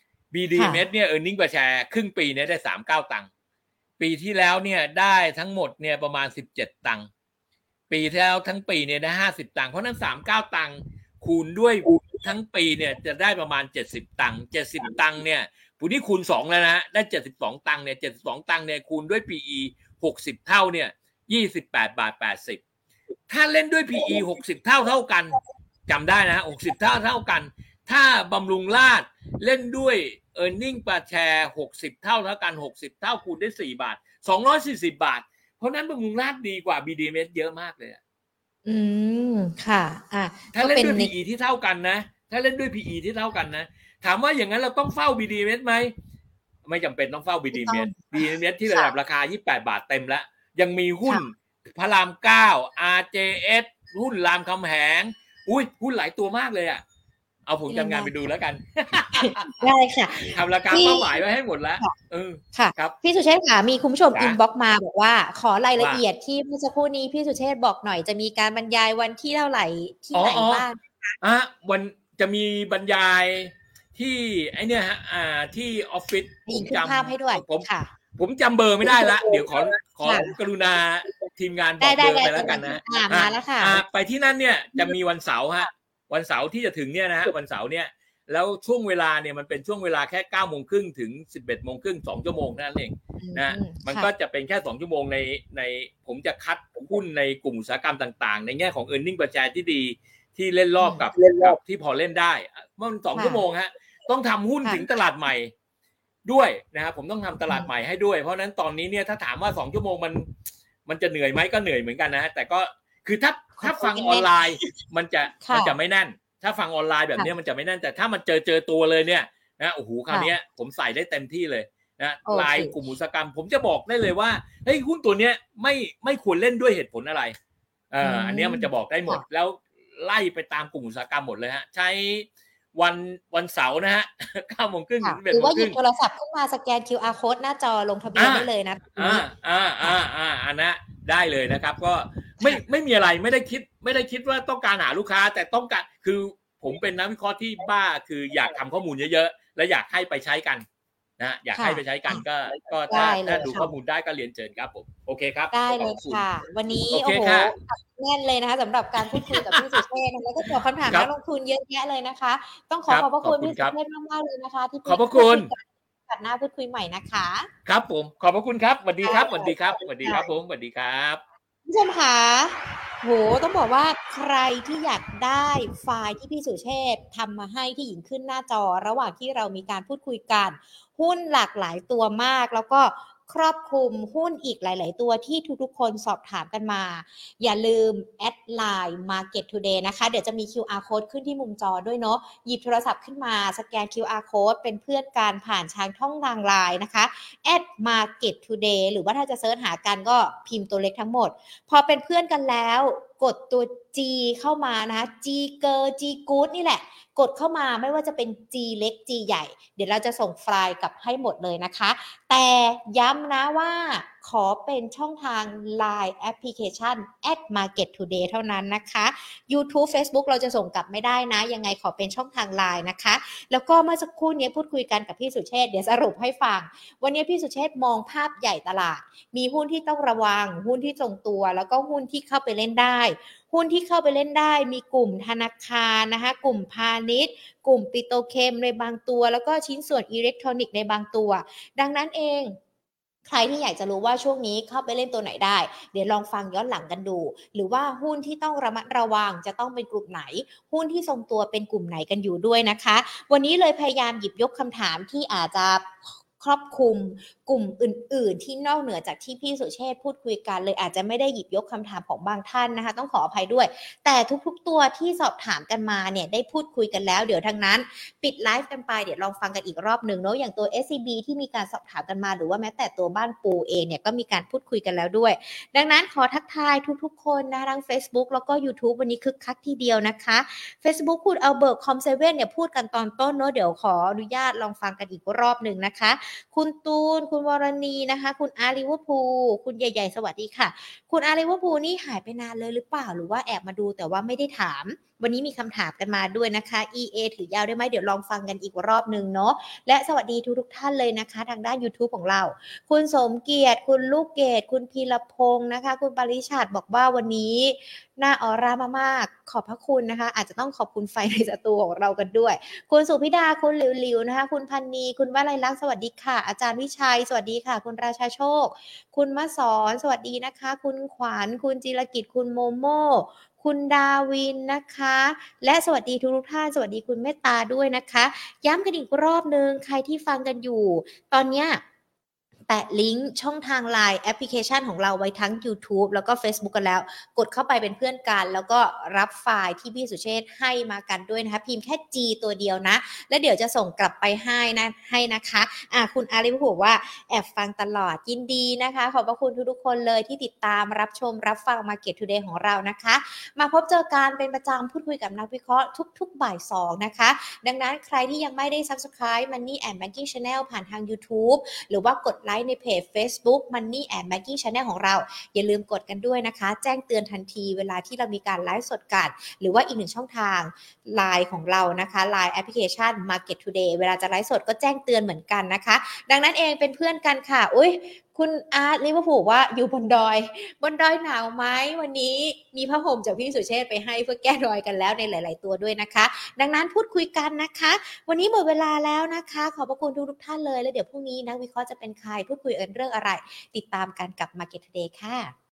BDMs เนี่ย earning per share ครึ่งปีเนี่ยได้39ตังค์ปีที่แล้วเนี่ยได้ทั้งหมดเนี่ยประมาณ17ตังค์ปีที่แล้วทั้งปีเนี่ยได้50ตังค์เพราะนั้น39ตังค์คูณด้วยทั้งปีเนี่ยจะได้ประมาณ70ตังค์70ตังค์เนี่ยผู้ที่คูณ2แล้วนะได้72ตังค์เนี่ย72ตังค์เนี่ยคูณด้วย PE 60เท่าเนี่ย28.80 บาทถ้าเล่นด้วย PE 60เท่ากันจำได้นะ60เท่ากันถ้าบำรุงราษฎร์เล่นด้วย earning per share 60เท่ากัน60เท่าคูณได้4บาท240บาทเพราะนั้นบำรุงราษฎร์ดีกว่า BDMs เยอะมากเลยค่ะถ้าเล่นด้วย PE ที่เท่ากันนะถ้าเล่นด้วย PE ที่เท่ากันนะถามว่าอย่างนั้นเราต้องเฝ้า BDMs ไหมไม่จำเป็นต้องเฝ้า BDMs ที่ระดับราคา28บาทเต็มแล้วยังมีหุ้นพระราม9 RJS หุ้นรามคำแหงหุ้นหลายตัวมากเลยอ่ะเอาผมทำงานไปดูแล้วกันได้ค่ะทำราคาเป้าหมายไว้ให้หมดแล้วค่ะครับพี่สุเชษฐ์ค่ะมีคุณผู้ชมอินบ็อกซ์มาบอกว่าขอรายละเอียดที่เมื่อสักครู่นี้พี่สุเชษฐ์บอกหน่อยจะมีการบรรยายวันที่เท่าไหร่ที่ไหนบ้างวันจะมีบรรยายที่ไอเนี่ยฮะที่ออฟฟิศผมจำภาพให้ด้วยผมจำเบอร์ไม่ได้ละเดี๋ยวขอกรุณาทีมงานบอกเบอร์ไปแล้วกันนะมาแล้วค่ะไปที่นั่นเนี่ยจะมีวันเสาร์ฮะวันเสาร์ที่จะถึงเนี่ยนะฮะวันเสาร์เนี่ยแล้วช่วงเวลาเนี่ยมันเป็นช่วงเวลาแค่ 9:30 นถึง 11:30 น2ชั่วโมงนั่นเองนะมันก็จะเป็นแค่2ชั่วโมงในผมจะคัดหุ้นในกลุ่มอุตสาหกรรมต่างๆในแง่ของ earning per share ที่ดีที่เล่นรอบกับที่พอเล่นได้มัน2ชั่วโมงฮะต้องทำหุ้นถึงตลาดใหม่ด้วยนะครับผมต้องทำตลาดใหม่ให้ด้วยเพราะนั้นตอนนี้เนี่ยถ้าถามว่า2ชั่วโมงมันจะเหนื่อยไหมก็เหนื่อยเหมือนกันนะแต่ก็คือถ้าฟังออนไลน์มันจะไม่แน่นถ้าฟังออนไลน์แบบนี้มันจะไม่แน่นแต่ถ้ามันเจอตัวเลยเนี่ยนะโอ้โหคราวนี้ผมใส่ได้เต็มที่เลยนะรายกลุ่มอุตสาหกรรมผมจะบอกได้เลยว่าเฮ้ยหุ้นตัวเนี้ยไม่ควรเล่นด้วยเหตุผลอะไรอันนี้มันจะบอกได้หมดแล้วไล่ไปตามกลุ่มอุตสาหกรรมหมดเลยฮะใช้วันเสาร์นะฮะ 9:30 นถึง 11:30 นหรือว่าหยิบโทรศัพท์ขึ้นมาสแกน QR code หน้าจอลงทะเบียนได้เลยนะอันนั้นได้เลยนะครับก็ไม่มีอะไรไม่ได้คิดว่าต้องการหาลูกค้าแต่ต้องการคือผมเป็นนักวิเคราะห์ที่บ้าคืออยากทำข้อมูลเยอะๆและอยากให้ไปใช้กันนะอยากให้ไปใช้กันก็ถ้าดูข้อมูลได้ก็เรียนเชิญครับผมโอเคครับได้เลยค่ะวันนี้โอ้โหแน่นเลยนะคะสำหรับการพูดคุยกับพี่สุเชษฐ์แล้วก็ตอบคำถามนักลงทุนเยอะแยะเลยนะคะต้องขอบพระคุณพี่สุเชษฐ์มากๆเลยนะคะที่ขอบพระคุณตัดหน้าพูดคุยใหม่นะคะครับผมขอบพระคุณครับสวัสดีครับสวัสดีครับสวัสดีครับผมสวัสดีครับผู้ชมคะโหต้องบอกว่าใครที่อยากได้ไฟล์ที่พี่สุเชษฐ์ทำมาให้ที่หญิงขึ้นหน้าจอระหว่างที่เรามีการพูดคุยกันหุ้นหลากหลายตัวมากแล้วก็ครอบคลุมหุ้นอีกหลายๆตัวที่ทุกๆคนสอบถามกันมาอย่าลืมแอดไลน์ Market Today นะคะเดี๋ยวจะมี QR Code ขึ้นที่มุมจอด้วยเนาะหยิบโทรศัพท์ขึ้นมาสแกน QR Code เป็นเพื่อนกันผ่านทางช่องทางไลน์นะคะแอด Market Today หรือว่าถ้าจะเสิร์ชหากันก็พิมพ์ตัวเล็กทั้งหมดพอเป็นเพื่อนกันแล้วกดตัว G เข้ามานะคะ G Girl G Good นี่แหละกดเข้ามาไม่ว่าจะเป็น G เล็ก G ใหญ่เดี๋ยวเราจะส่งไฟล์กลับให้หมดเลยนะคะแต่ย้ำนะว่าขอเป็นช่องทาง Line Application @Market Today เท่านั้นนะคะ YouTube Facebook เราจะส่งกลับไม่ได้นะยังไงขอเป็นช่องทาง Line นะคะแล้วก็เมื่อสักครู่นี้พูดคุยกันกับพี่สุเชษฐ์เดี๋ยวสรุปให้ฟังวันนี้พี่สุเชษฐ์มองภาพใหญ่ตลาดมีหุ้นที่ต้องระวังหุ้นที่ทรงตัวแล้วก็หุ้นที่เข้าไปเล่นได้หุ้นที่เข้าไปเล่นได้มีกลุ่มธนาคารนะคะกลุ่มพาณิชย์กลุ่มปิโตรเคมในบางตัวแล้วก็ชิ้นส่วนอิเล็กทรอนิกส์ในบางตัวดังนั้นเองใครที่อยากจะรู้ว่าช่วงนี้เข้าไปเล่นตัวไหนได้เดี๋ยวลองฟังย้อนหลังกันดูหรือว่าหุ้นที่ต้องระมัดระวังจะต้องเป็นกลุ่มไหนหุ้นที่ทรงตัวเป็นกลุ่มไหนกันอยู่ด้วยนะคะวันนี้เลยพยายามหยิบยกคำถามที่อาจจะครอบคลุมกลุ่มอื่นๆที่นอกเหนือจากที่พี่สุเชษฐ์พูดคุยกันเลยอาจจะไม่ได้หยิบยกคำถามของบางท่านนะคะต้องขออภัยด้วยแต่ทุกๆตัวที่สอบถามกันมาเนี่ยได้พูดคุยกันแล้วเดี๋ยวทางนั้นปิดไลฟ์กันไปเดี๋ยวลองฟังกันอีกรอบหนึ่งเนาะอย่างตัว SCB ที่มีการสอบถามกันมาหรือว่าแม้แต่ตัวบ้านปูเองเนี่ยก็มีการพูดคุยกันแล้วด้วยดังนั้นขอทักทายทุกๆคนนะทั้ง Facebook แล้วก็ YouTube วันนี้คึกคักทีเดียวนะคะ Facebook คุณอัลเบิร์ตคอมเซเว่นเนี่ยพูดกันตอนต้นเนาะเดี๋ยวขออนุญาตลองฟังกันอีกรอบหนึ่งนะคะคุณตูนคุณวรณีนะคะคุณอาริเวอร์พูลคุณใหญ่ๆสวัสดีค่ะคุณอาริเวอร์พูลนี่หายไปนานเลยหรือเปล่าหรือว่าแอบมาดูแต่ว่าไม่ได้ถามวันนี้มีคำถามกันมาด้วยนะคะ EA ถือยาวได้ไหมเดี๋ยวลองฟังกันอีกรอบนึงเนาะและสวัสดีทุกท่านเลยนะคะทางด้าน YouTube ของเราคุณสมเกียรติคุณลูกเกดคุณพีรพงศ์นะคะคุณปริชาติบอกว่าวันนี้น่าออร่ามากๆขอบพระคุณนะคะอาจจะต้องขอบคุณไฟในสตูของเรากันด้วยคุณสุพิดาคุณหลิวๆนะคะคุณพันนีคุณวลัยลักษณ์สวัสดีค่ะอาจารย์วิชัยสวัสดีค่ะคุณราชาโชคคุณมสอนสวัสดีนะคะคุณขวัญคุณจิรกิจคุณโมโมคุณดาวินนะคะและสวัสดีทุกท่านสวัสดีคุณเมตตาด้วยนะคะย้ำกันอีกรอบนึงใครที่ฟังกันอยู่ตอนเนี้ยแปะลิงก์ช่องทาง LINE แอปพลิเคชันของเราไว้ทั้ง YouTube แล้วก็ Facebook กันแล้วกดเข้าไปเป็นเพื่อนกันแล้วก็รับไฟล์ที่พี่สุเชษฐ์ให้มากันด้วยนะคะพิมพ์แค่ G ตัวเดียวนะแล้วเดี๋ยวจะส่งกลับไปให้นะคะคุณอาริพูดว่าแอบฟังตลอดยินดีนะคะขอบพระคุณทุกๆคนเลยที่ติดตามรับชมรับฟัง Market Today ของเรานะคะมาพบเจอกันเป็นประจำพูดคุยกับนักวิเคราะห์ทุกๆบ่าย2นะคะดังนั้นใครที่ยังไม่ได้ Subscribe Money and Banking Channel ผ่านทาง YouTube หรือว่ากดไลค์ในเพจ Facebook Money and Banking Channel ของเราอย่าลืมกดกันด้วยนะคะแจ้งเตือนทันทีเวลาที่เรามีการไลฟ์สดกันหรือว่าอีกหนึ่งช่องทาง LINE ของเรานะคะ LINE แอปพลิเคชัน Market Today เวลาจะไลฟ์สดก็แจ้งเตือนเหมือนกันนะคะดังนั้นเองเป็นเพื่อนกันค่ะอุ๊ยคุณอาร์ตลิเวอร์พูลว่าอยู่บนดอยหนาวไหมวันนี้มีผ้าห่มจากพี่สุเชษฐ์ไปให้เพื่อแก้ดอยกันแล้วในหลายๆตัวด้วยนะคะดังนั้นพูดคุยกันนะคะวันนี้หมดเวลาแล้วนะคะขอบพระคุณทุกท่านเลยแล้วเดี๋ยวพรุ่งนี้นักวิเคราะห์จะเป็นใครพูดคุยเรื่องอะไรติดตามกันกับ Market Today ค่ะ